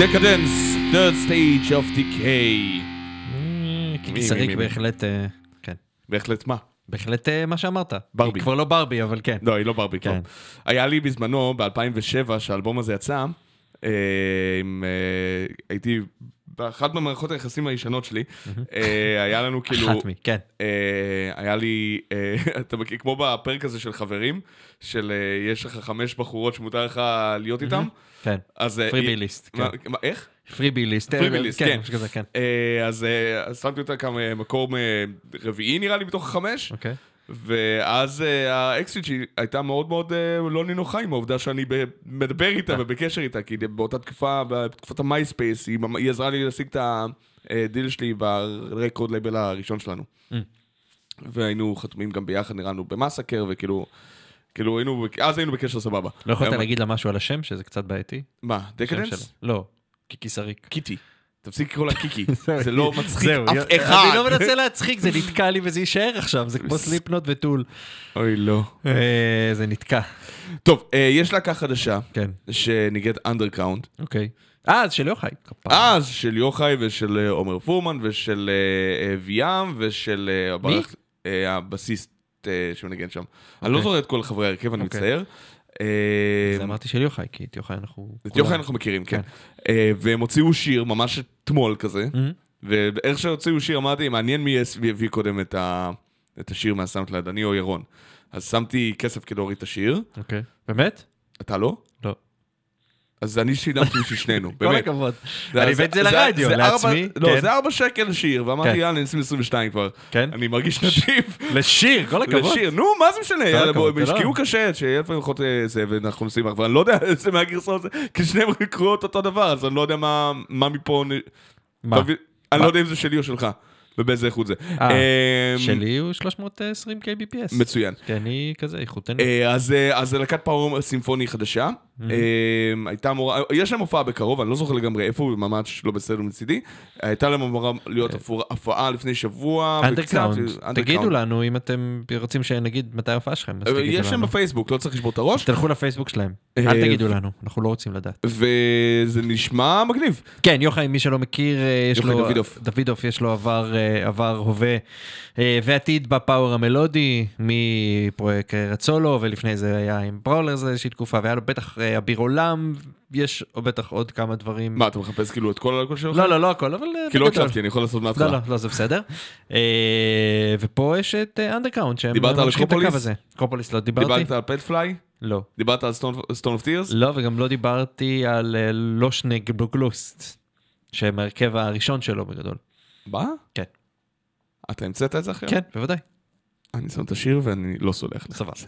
Decadence, third stage of decay. קיסריק בהחלט, כן. בהחלט מה? בהחלט מה שאמרת. ברבי. היא כבר לא ברבי, אבל כן. לא, היא לא ברבי כבר. כן. היה לי בזמנו, ב-2007, שהאלבום הזה יצא, הייתי באחת ממערכות היחסים הישנות שלי, היה לנו כאילו... אחת מי, כן. היה לי, אתה מכיר, כמו בפרק הזה של חברים, של יש לך 5 בחורות שמותר לך להיות איתם. כן. פריבי ליסט. איך? פריבי ליסט. פריבי ליסט, כן. משהו כזה, כן. אז שמתי אותה כמה מקום רביעי נראה לי בתוך 5. אוקיי. ואז האקסיט שלי הייתה מאוד מאוד לא נינוחה עם העובדה שאני מדבר איתה ובקשר איתה, כי באותה תקופה, בתקופת המייספייס, היא עזרה לי להשיג את הדיל שלי ברקורד לייבל הראשון שלנו. והיינו חתומים גם ביחד, נראינו במאסקר, וכאילו, אז היינו בקשר סבבה. לא יכולת להגיד לה משהו על השם, שזה קצת בעייתי? מה, דקדנס? לא, קיסריק. קיטי. תפסיק לקרוא לה קיקי, זה לא מצחיק אף אני אחד. לא מנסה להצחיק, זה נתקע לי וזה יישאר עכשיו, זה כמו סליפנוט וטול. אוי לא. זה נתקע. טוב, יש להקה חדשה, כן. שנקראת אנדרקאונט. אוקיי. אז של יוחאי. אז של יוחאי ושל עומר פורמן ושל ויאם ושל הבסיסט שמנגן שם. אני לא זוכר את כל חברי הרכב, אני מצטער. אז אמרתי של יוחאי, כי את יוחאי אנחנו... את יוחאי אנחנו מכירים, כן. והם הוציאו שיר ממש תמול כזה, ואיך שהוציאו שיר אמרתי, מעניין מי הביא קודם את השיר מהסאונדקלאוד, אני או ירון. אז שמתי כסף כדי להוריד את השיר. אוקיי. באמת? אתה לא? לא. אז אני שילמתי בשביל שנינו, כל באמת. הכבוד. אני הבאתי את זה לרדיו, לעצמי. לא, זה 4 שקל שיר, ואמרתי, יאללה, אני 22 כבר. כן? אני מרגיש נדיב. לשיר, כל הכבוד. לשיר, נו, מה זה משנה? יאללה, בואו, השקיעו קשה, שיהיה לפעמים פחות זה, ואנחנו נוסעים, אבל אני לא יודע איזה מהגרסאות זה, כי שניהם קראו את אותו דבר, אז אני לא יודע מה מפה... מה? אני לא יודע אם זה שלי או שלך. ובאיזה איכות זה. שלי הוא 320 kbps. מצוין. כי אני כזה איכותני. אז זה להקת פאוור סימפוני חדשה. הייתה אמורה, יש להם הופעה בקרוב, אני לא זוכר לגמרי איפה, ממש לא בסדר מצידי. הייתה להם אמורה להיות הופעה לפני שבוע. אנדרקאונט. תגידו לנו אם אתם רוצים שנגיד מתי ההופעה שלכם. יש להם בפייסבוק, לא צריך לשבור את הראש. תלכו לפייסבוק שלהם. אל תגידו לנו, אנחנו לא רוצים לדעת. וזה נשמע מגניב. כן, יוחאי, מי שלא מכיר, יש לו... דוידוף. יש לו עבר, הווה ועתיד בפאוור המלודי, מפרויקט קריירת סולו, ולפני זה היה עם ברולרס איזושהי תקופה, והיה לו בטח אביר עולם, יש או בטח עוד כמה דברים. מה, אתה מחפש כאילו את כל הכל שלך? לא הכל, אבל... כי לא הקשבתי, אני יכול לעשות מההתחלה. לא, זה בסדר. ופה יש את אנדרקאונט, שהם דיברת על ממשיכים את הקו הזה. קרופוליס לא דיברתי? דיברת על פטפליי? לא. דיברת על סטון אוף טירס? לא, וגם לא דיברתי על לושנג בלוגלוסט, שהם ההרכב הראשון שלו בגדול. מה? כן. אתה המצאת את זה אחרי? כן, בוודאי. אני שם את השיר ואני לא סולח לך. סבבה.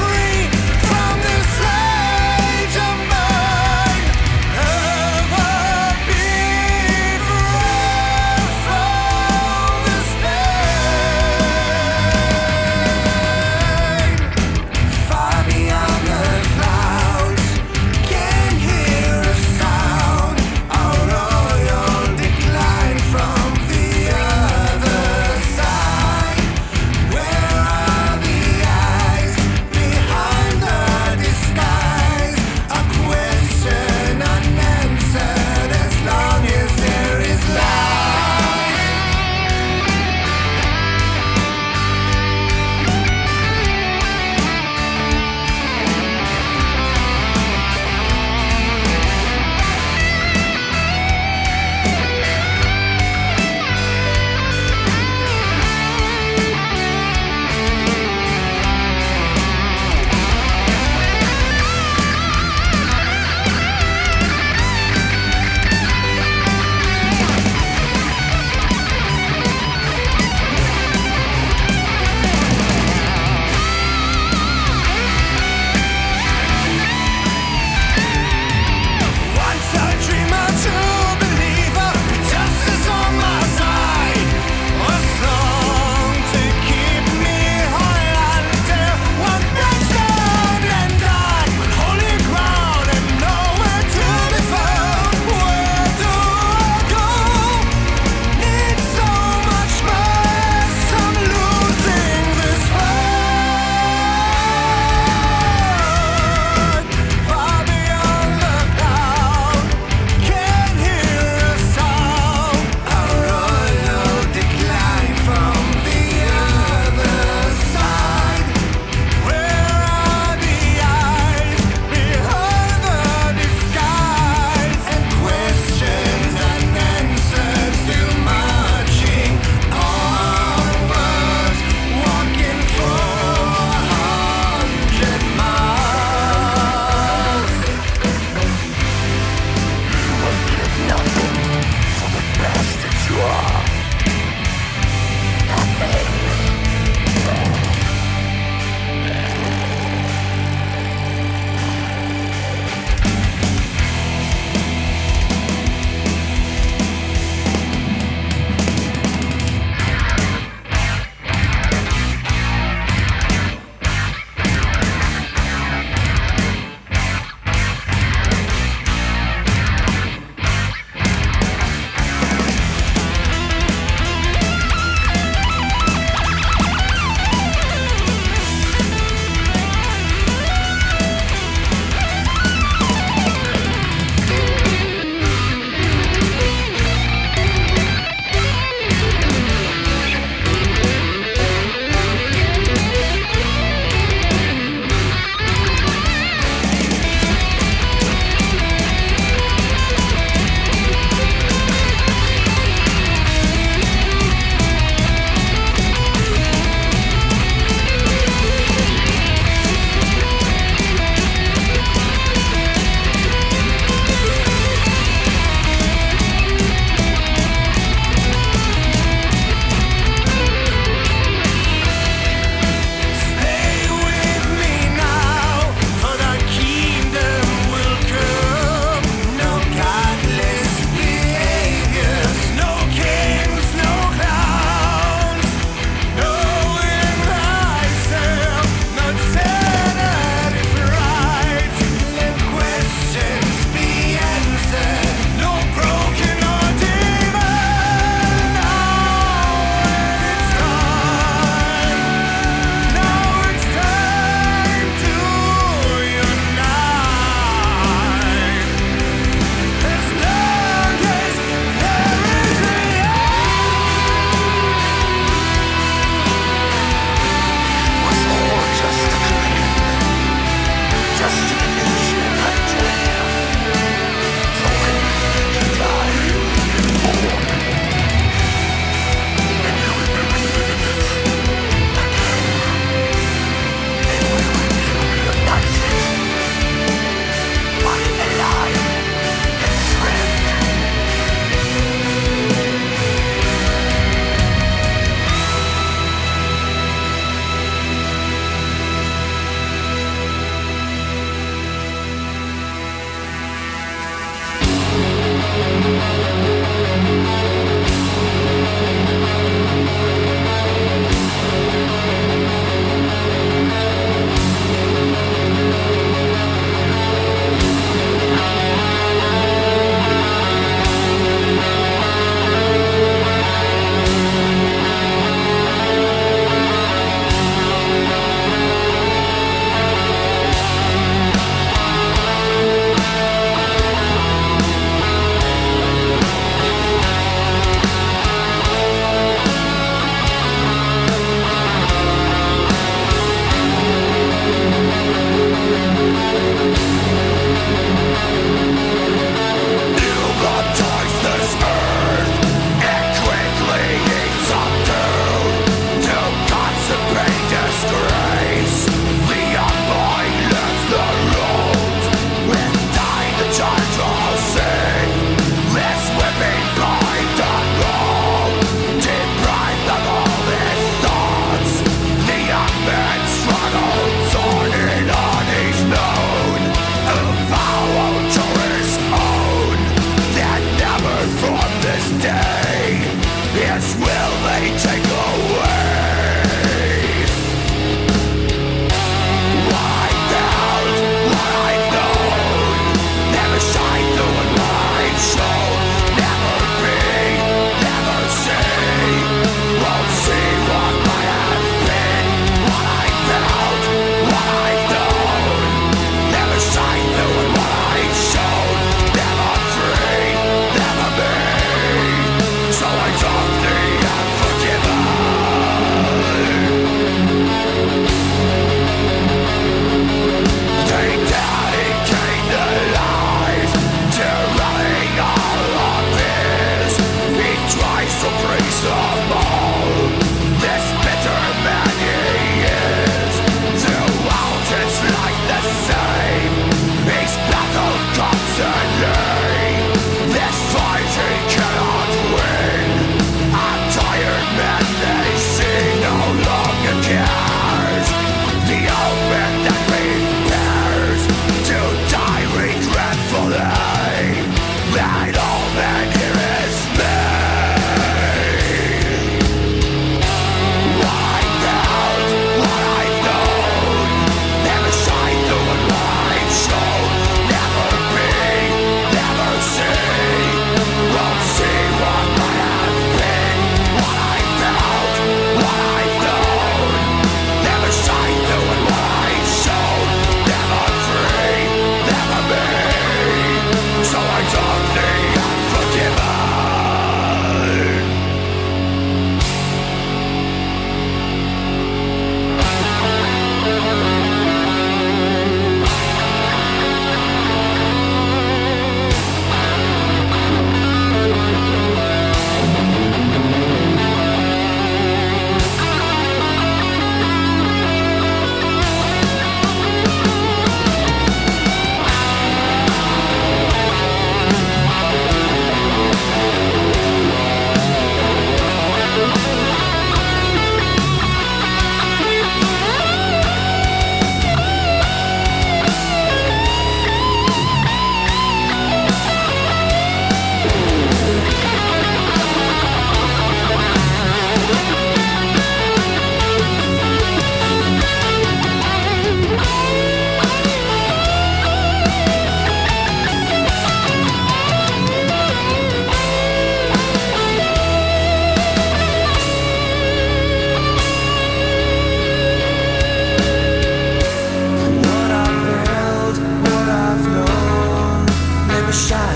From this rage of mine, ever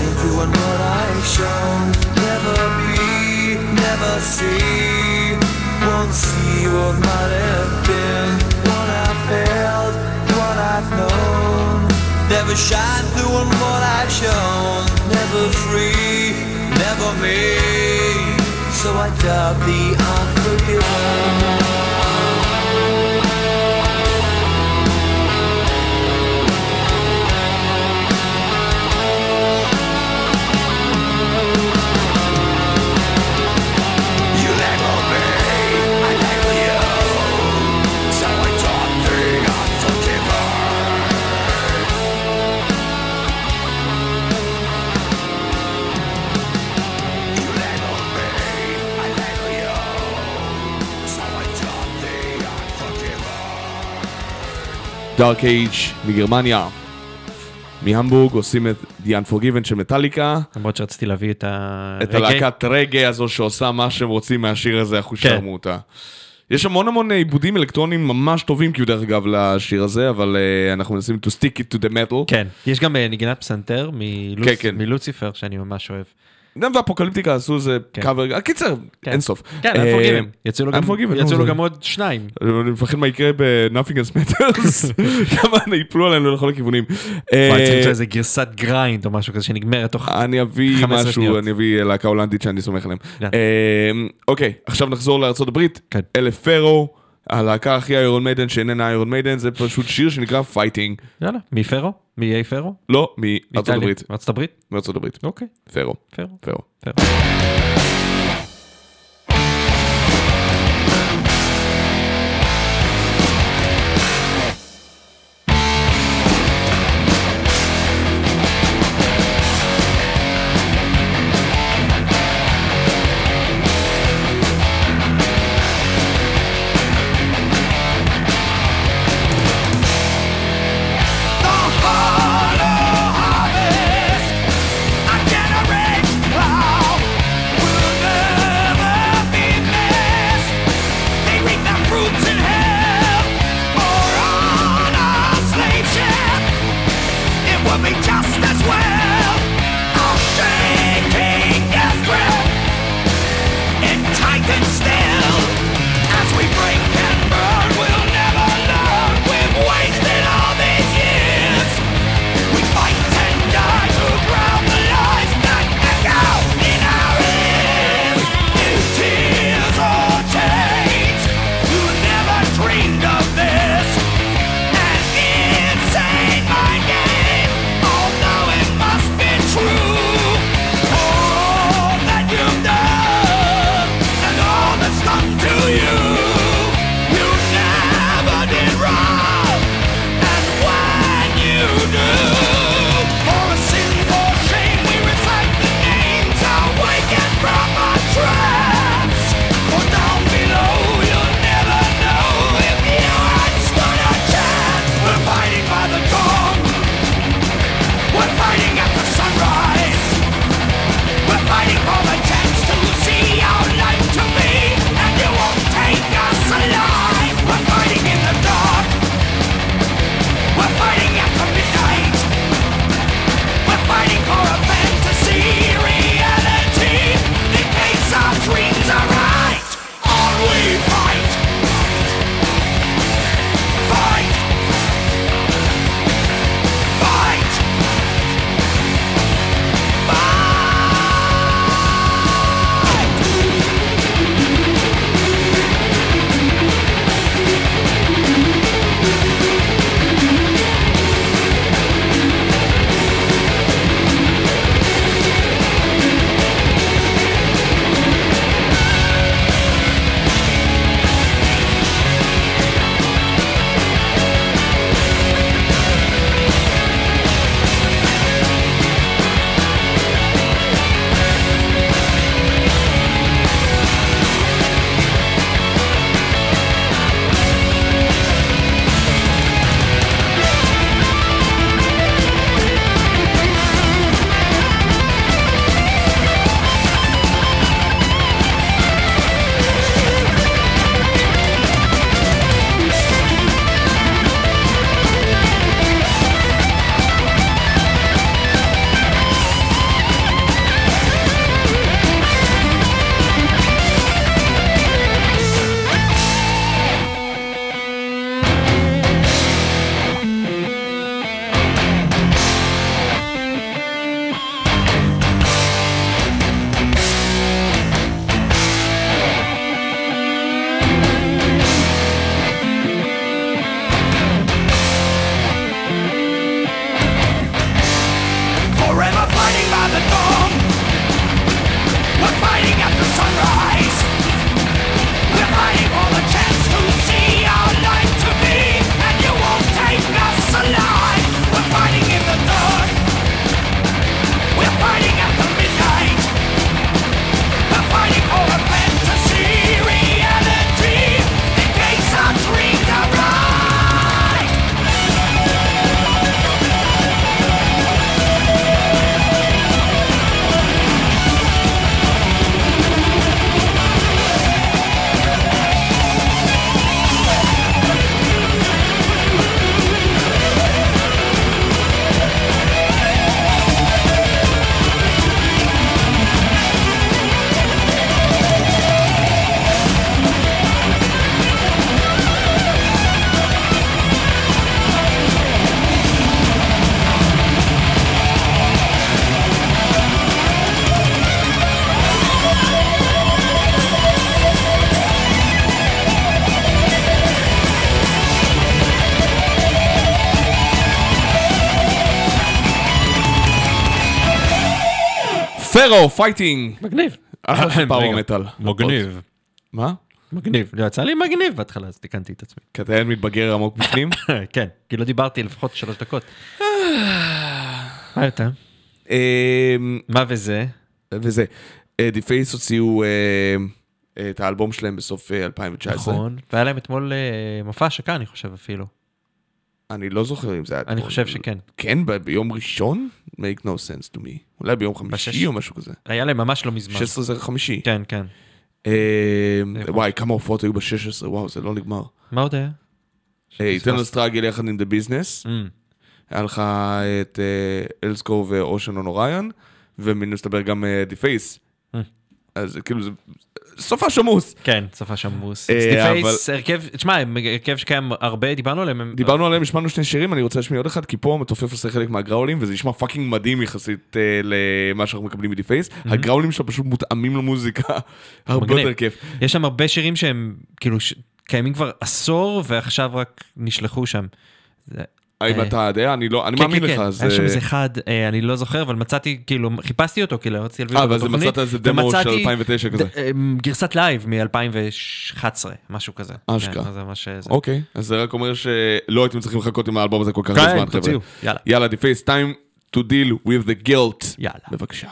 shine through on what I've shown. Never be, never see, won't see what might have been, what I've felt, what I've known. Never shine through on what I've shown. Never free, never me, so I doubt the unforgiven. דארק אייג' מגרמניה, מהמבורג, עושים את The Unforgiven של מטאליקה. למרות שרציתי להביא את את הלהקת רגע הזו שעושה מה שהם רוצים מהשיר הזה, אנחנו שרמו אותה. יש המון עיבודים אלקטרוניים ממש טובים, כי הוא דרך אגב לשיר הזה, אבל אנחנו מנסים to stick it to the metal. כן, יש גם נגינת פסנתר מלוציפר שאני ממש אוהב. גם ואפוקליפטיקה עשו איזה קאבר, קיצר, אין סוף. כן, Unforgiven. יצאו לו גם עוד 2. אני מפחד מה יקרה ב-Nothing Else Matters, כמה יפלו עלינו לכל הכיוונים. צריך למצוא איזה גרסת גריינד או משהו כזה שנגמרת תוך 15 שניות. אני אביא משהו, אני אביא להקה הולנדית שאני סומך עליהם. אוקיי, עכשיו נחזור לארצות הברית. אלף פרו, הלהקה הכי איירון מיידן שאיננה איירון מיידן, זה פשוט שיר שנקרא פייטינג. יאללה, מפרו? מאיי פרו? לא, מארצות הברית. מארצות הברית? מארצות הברית. אוקיי. פרו. Generate cloud will ספרו, פייטינג! מגניב. אחלה של פאוור מטל. מגניב. מה? מגניב. לא יצא לי מגניב בהתחלה, אז תיקנתי את עצמי. כי אתה ילד מתבגר עמוק בפנים? כן, כי לא דיברתי לפחות 3 דקות. מה יותר? מה וזה? וזה. דיפייס הוציאו את האלבום שלהם בסוף 2019. נכון. והיה להם אתמול מופע השקה, אני חושב אפילו. אני לא זוכר אם זה היה... אני חושב שכן. כן, ביום ראשון? make no sense to me. אולי ביום חמישי או משהו כזה. היה להם ממש לא מזמן. 16 זה חמישי. כן, כן. וואי, כמה הופעות היו ב-16, וואו, זה לא נגמר. מה עוד היה? איתרנל סטראגל יחד עם The Business. היה לך את אלסקו ואושן און אוריון, ומסתבר גם דיפייס. אז כאילו זה... סופה שמוס. כן, סופה שמוס. דיפייס, הרכב, תשמע, הרכב שקיים הרבה, דיברנו עליהם. דיברנו עליהם, השמענו 2 שירים, אני רוצה להשמיע עוד אחד, כי פה מתופף עושה חלק מהגראולים, וזה נשמע פאקינג מדהים יחסית למה שאנחנו מקבלים מדיפייס. הגראולים שלו פשוט מותאמים למוזיקה, הרבה יותר כיף. יש שם הרבה שירים שהם כאילו קיימים כבר עשור, ועכשיו רק נשלחו שם. האם אתה יודע? אני מאמין לך. היה שם איזה אחד, אני לא זוכר, אבל מצאתי, כאילו, חיפשתי אותו, כאילו, רציתי להביא אותו בתוכנית. אבל מצאת איזה דמו של 2009 כזה. גרסת לייב מ-2011, משהו כזה. אשכרה. אוקיי, אז זה רק אומר שלא הייתם צריכים לחכות עם האלבום הזה כל כך זמן, חבר'ה. תוציאו, יאללה. יאללה, דיפייס, time to deal with the guilt. יאללה. בבקשה.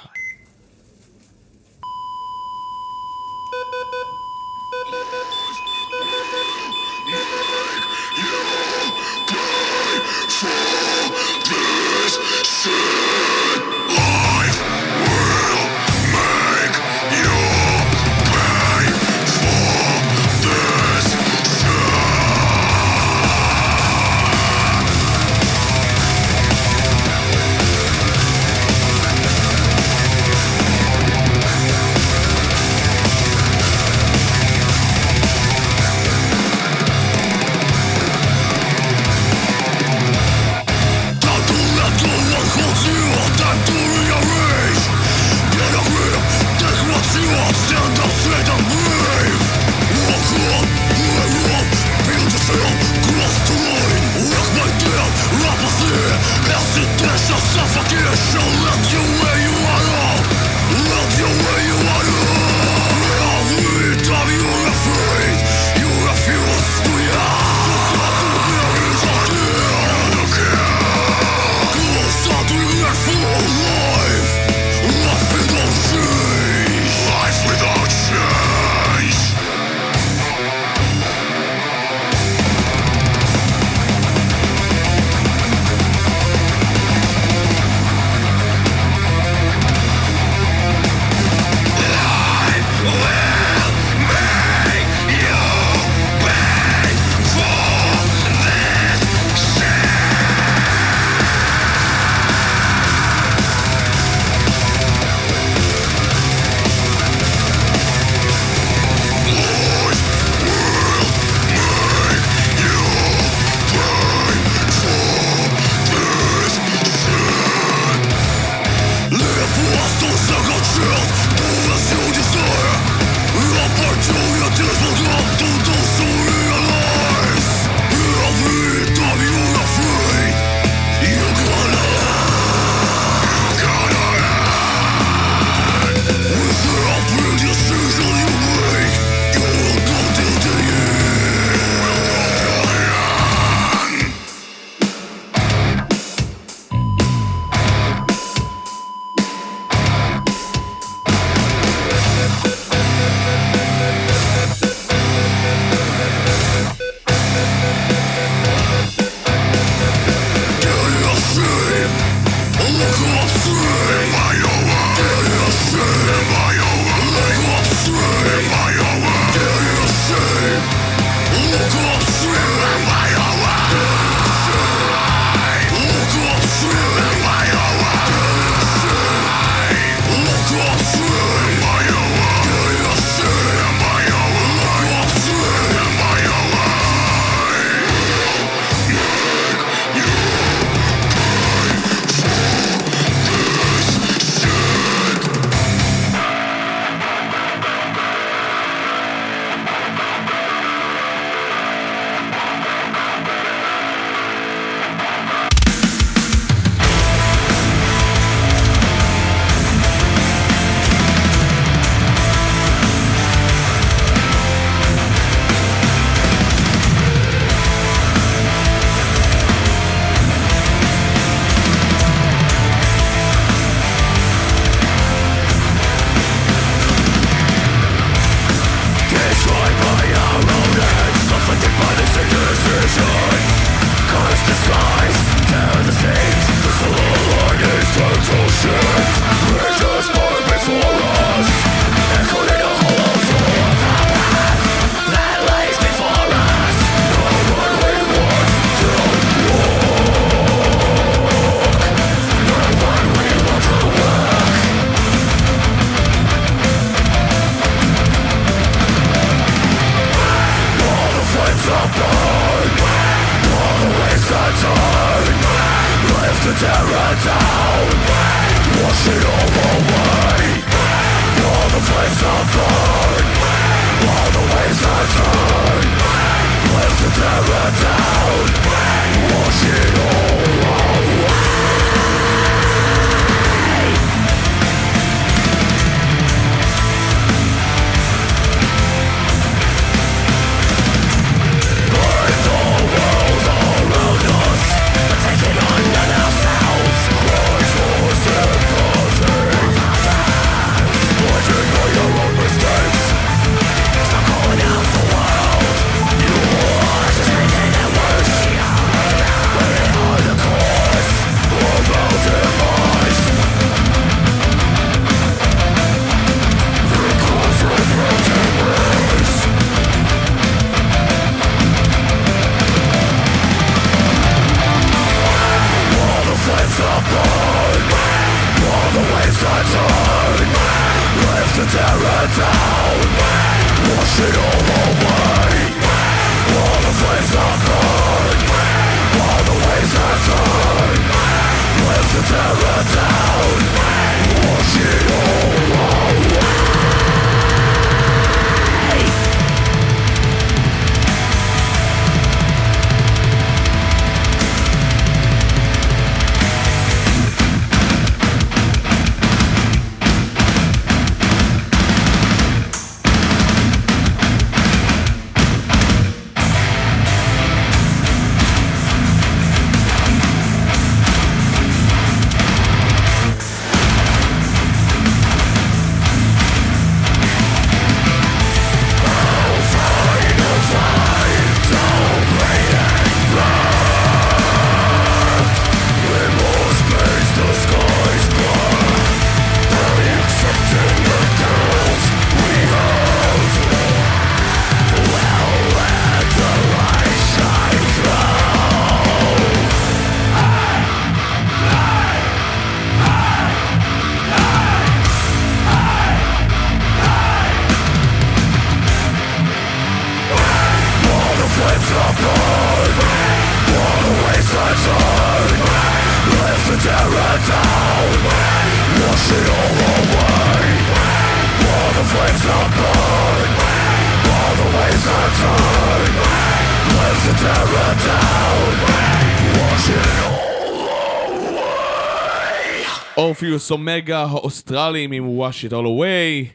אורפיוס אומגה האוסטרלים עם Wash It All Away.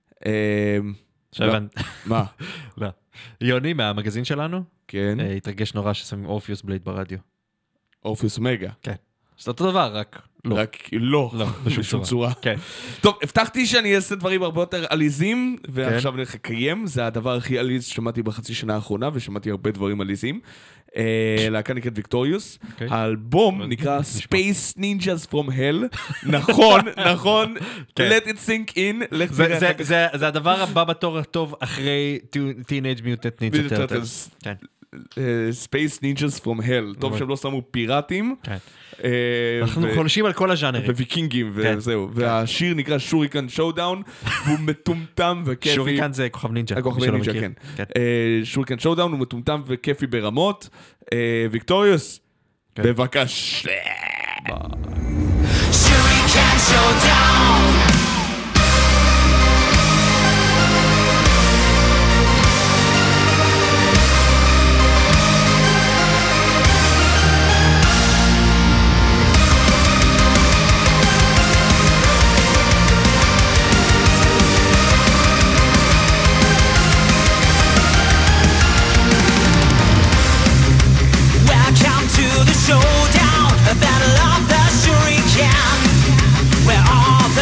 מה? לא. יוני מהמגזין שלנו? כן. התרגש נורא ששמים אורפיוס בלייד ברדיו. אורפיוס אומגה. כן. זה אותו דבר, רק לא. רק לא. לא, בשום צורה. כן. טוב, הבטחתי שאני אעשה דברים הרבה יותר עליזים, ועכשיו אני אקיים. זה הדבר הכי עליז ששמעתי בחצי שנה האחרונה, ושמעתי הרבה דברים עליזים. להקה נקראת ויקטוריוס. האלבום נקרא Space Ninjas from Hell. נכון. Let it sink in. זה הדבר הבא בתור הטוב אחרי Teenage Mutant Ninja Turtles. Space Ninjas from Hell. טוב שהם לא שמו פיראטים. אנחנו חולשים על כל הז'אנרים. וויקינגים וזהו. והשיר נקרא שוריקן שואודאון, והוא מטומטם וכיפי. שוריקן זה כוכב נינג'ה. כוכב נינג'ה, כן. שוריקן שואודאון הוא מטומטם וכיפי ברמות. ויקטוריוס, בבקשה. Shuriken Showdown. Welcome to the showdown, a battle of the Shuriken, where all the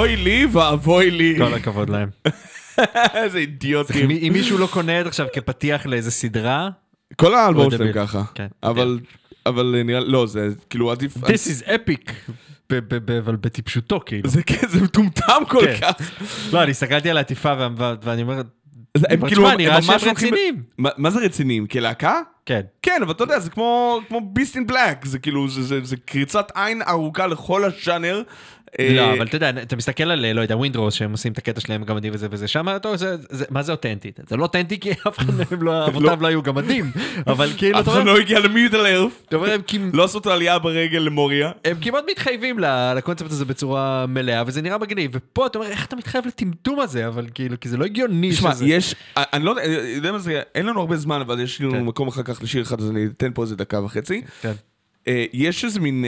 אוי לי ואבוי לי. כל הכבוד להם. איזה אידיוטים. אם מישהו לא קונה את עכשיו כפתיח לאיזה סדרה, כל האלבום לא שלהם יודע. ככה. כן. אבל נראה, לא, זה כאילו עדיף... This is epic, אבל בטיפשותו כאילו. זה מטומטם כל כן. כך. לא, אני הסתכלתי על העטיפה ואני אומר, הם כאילו, תשמע, נראה הם שהם ממש הולכים רציניים. מה זה רציניים? כלהקה? כן. כן, אבל אתה יודע, זה כמו Beast in Black, זה כאילו, זה קריצת עין ארוכה לכל הז'אנר. לא, אבל אתה יודע, אתה מסתכל על, לא יודע, ווינדרוס, שהם עושים את הקטע שלהם גמדים וזה, שם, מה זה אותנטי? זה לא אותנטי כי אף אחד מהם אבותיו לא היו גמדים, אבל כאילו, אף אחד לא הגיע למידל ארף, אתה אומר, לא עשו את העלייה ברגל למוריה. הם כמעט מתחייבים לקונספט הזה בצורה מלאה, וזה נראה מגניב, ופה אתה אומר, איך אתה מתחייב לטמטום הזה, אבל כאילו, כי זה לא הגיוני תשמע, שזה. אני לא יודע מה זה, אין לנו הרבה זמן, אבל יש לנו מקום אחר כך לשיר אחד, אז אני אתן פה איזה דקה וחצי. כן. יש איזה מין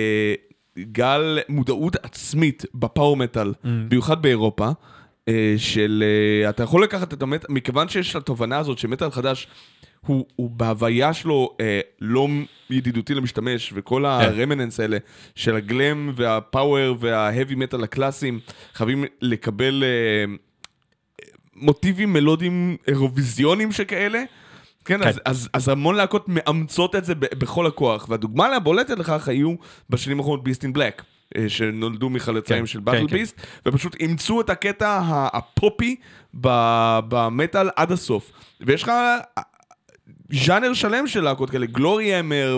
גל מודעות עצמית בפאור מטל, במיוחד באירופה, של אתה יכול לקחת את המטל, מכיוון שיש התובנה הזאת שמטל חדש, הוא בהוויה שלו לא ידידותי למשתמש, וכל הרמננס האלה של הגלם והפאוור וההאבי מטל הקלאסיים, חייבים לקבל מוטיבים מלודיים אירוויזיונים שכאלה, כן, אז המון להקות מאמצות את זה בכל הכוח, והדוגמה לבולטת לכך היו בשנים האחרונות ביסט אין בלק, שנולדו מחלצאים של באטל ביסט, ופשוט אימצו את הקטע הפופי במטל עד הסוף. ויש לך ז'אנר שלם של להקות כאלה, גלורי אמר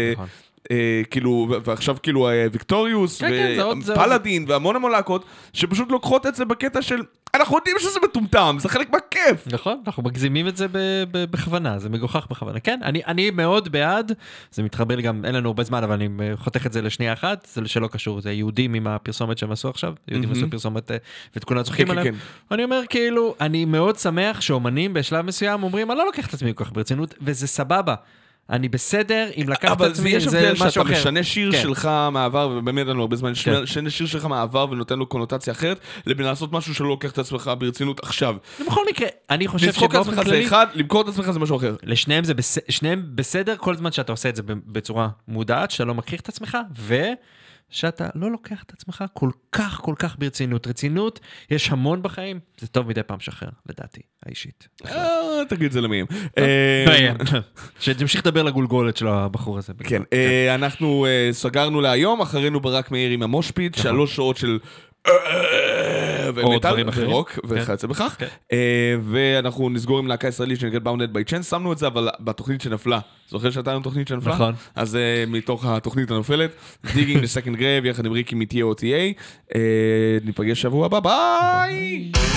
כאילו, ועכשיו כאילו ויקטוריוס ופלאדין והמון להקות שפשוט לוקחות את זה בקטע של אנחנו יודעים שזה מטומטם, זה חלק מהכיף. נכון, אנחנו מגזימים את זה בכוונה, זה מגוחך בכוונה. כן, אני מאוד בעד, זה מתחבר לי גם, אין לנו הרבה זמן, אבל אני חותך את זה לשנייה אחת, זה שלא קשור, זה יהודים עם הפרסומת שהם עשו עכשיו, יהודים עשו פרסומת ואת כולם צוחקים עליהם. אני אומר כאילו, אני מאוד שמח שאומנים בשלב מסוים אומרים, אני לא לוקח את עצמי כל כך ברצינות, וזה סבבה. אני בסדר, אם לקחת את עצמי, זה משהו אחר. שאתה משנה שיר שלך מעבר, ובאמת לנו הרבה זמן, משנה שיר שלך מעבר ונותן לו קונוטציה אחרת, לבין לעשות משהו שלא לוקח את עצמך ברצינות עכשיו. בכל מקרה, אני חושב לצחוק שבאופן עצמך כללי... זה אחד, למכור את עצמך זה משהו אחר. לשניהם שניהם בסדר, כל זמן שאתה עושה את זה בצורה מודעת, שאתה לא מכריח את עצמך, שאתה לא לוקח את עצמך כל כך ברצינות. רצינות, יש המון בחיים, זה טוב מדי פעם שחרר, לדעתי, האישית. תגיד זה למיים. שתמשיך לדבר לגולגולת של הבחור הזה. כן, אנחנו סגרנו להיום, אחרינו ברק מאיר עם המושפיד, 3 שעות של... ומטל ורוק וכיוצא בכך, ואנחנו נסגור עם להקה ישראלית שנקראת Bounded by Chance, שמנו את זה אבל בתוכנית שנפלה, זוכר שהייתה לנו תוכנית שנפלה? נכון. אז מתוך התוכנית הנופלת, Digging the Second Grave יחד עם ריקי מ-TOTA, ניפגש שבוע הבא, ביי!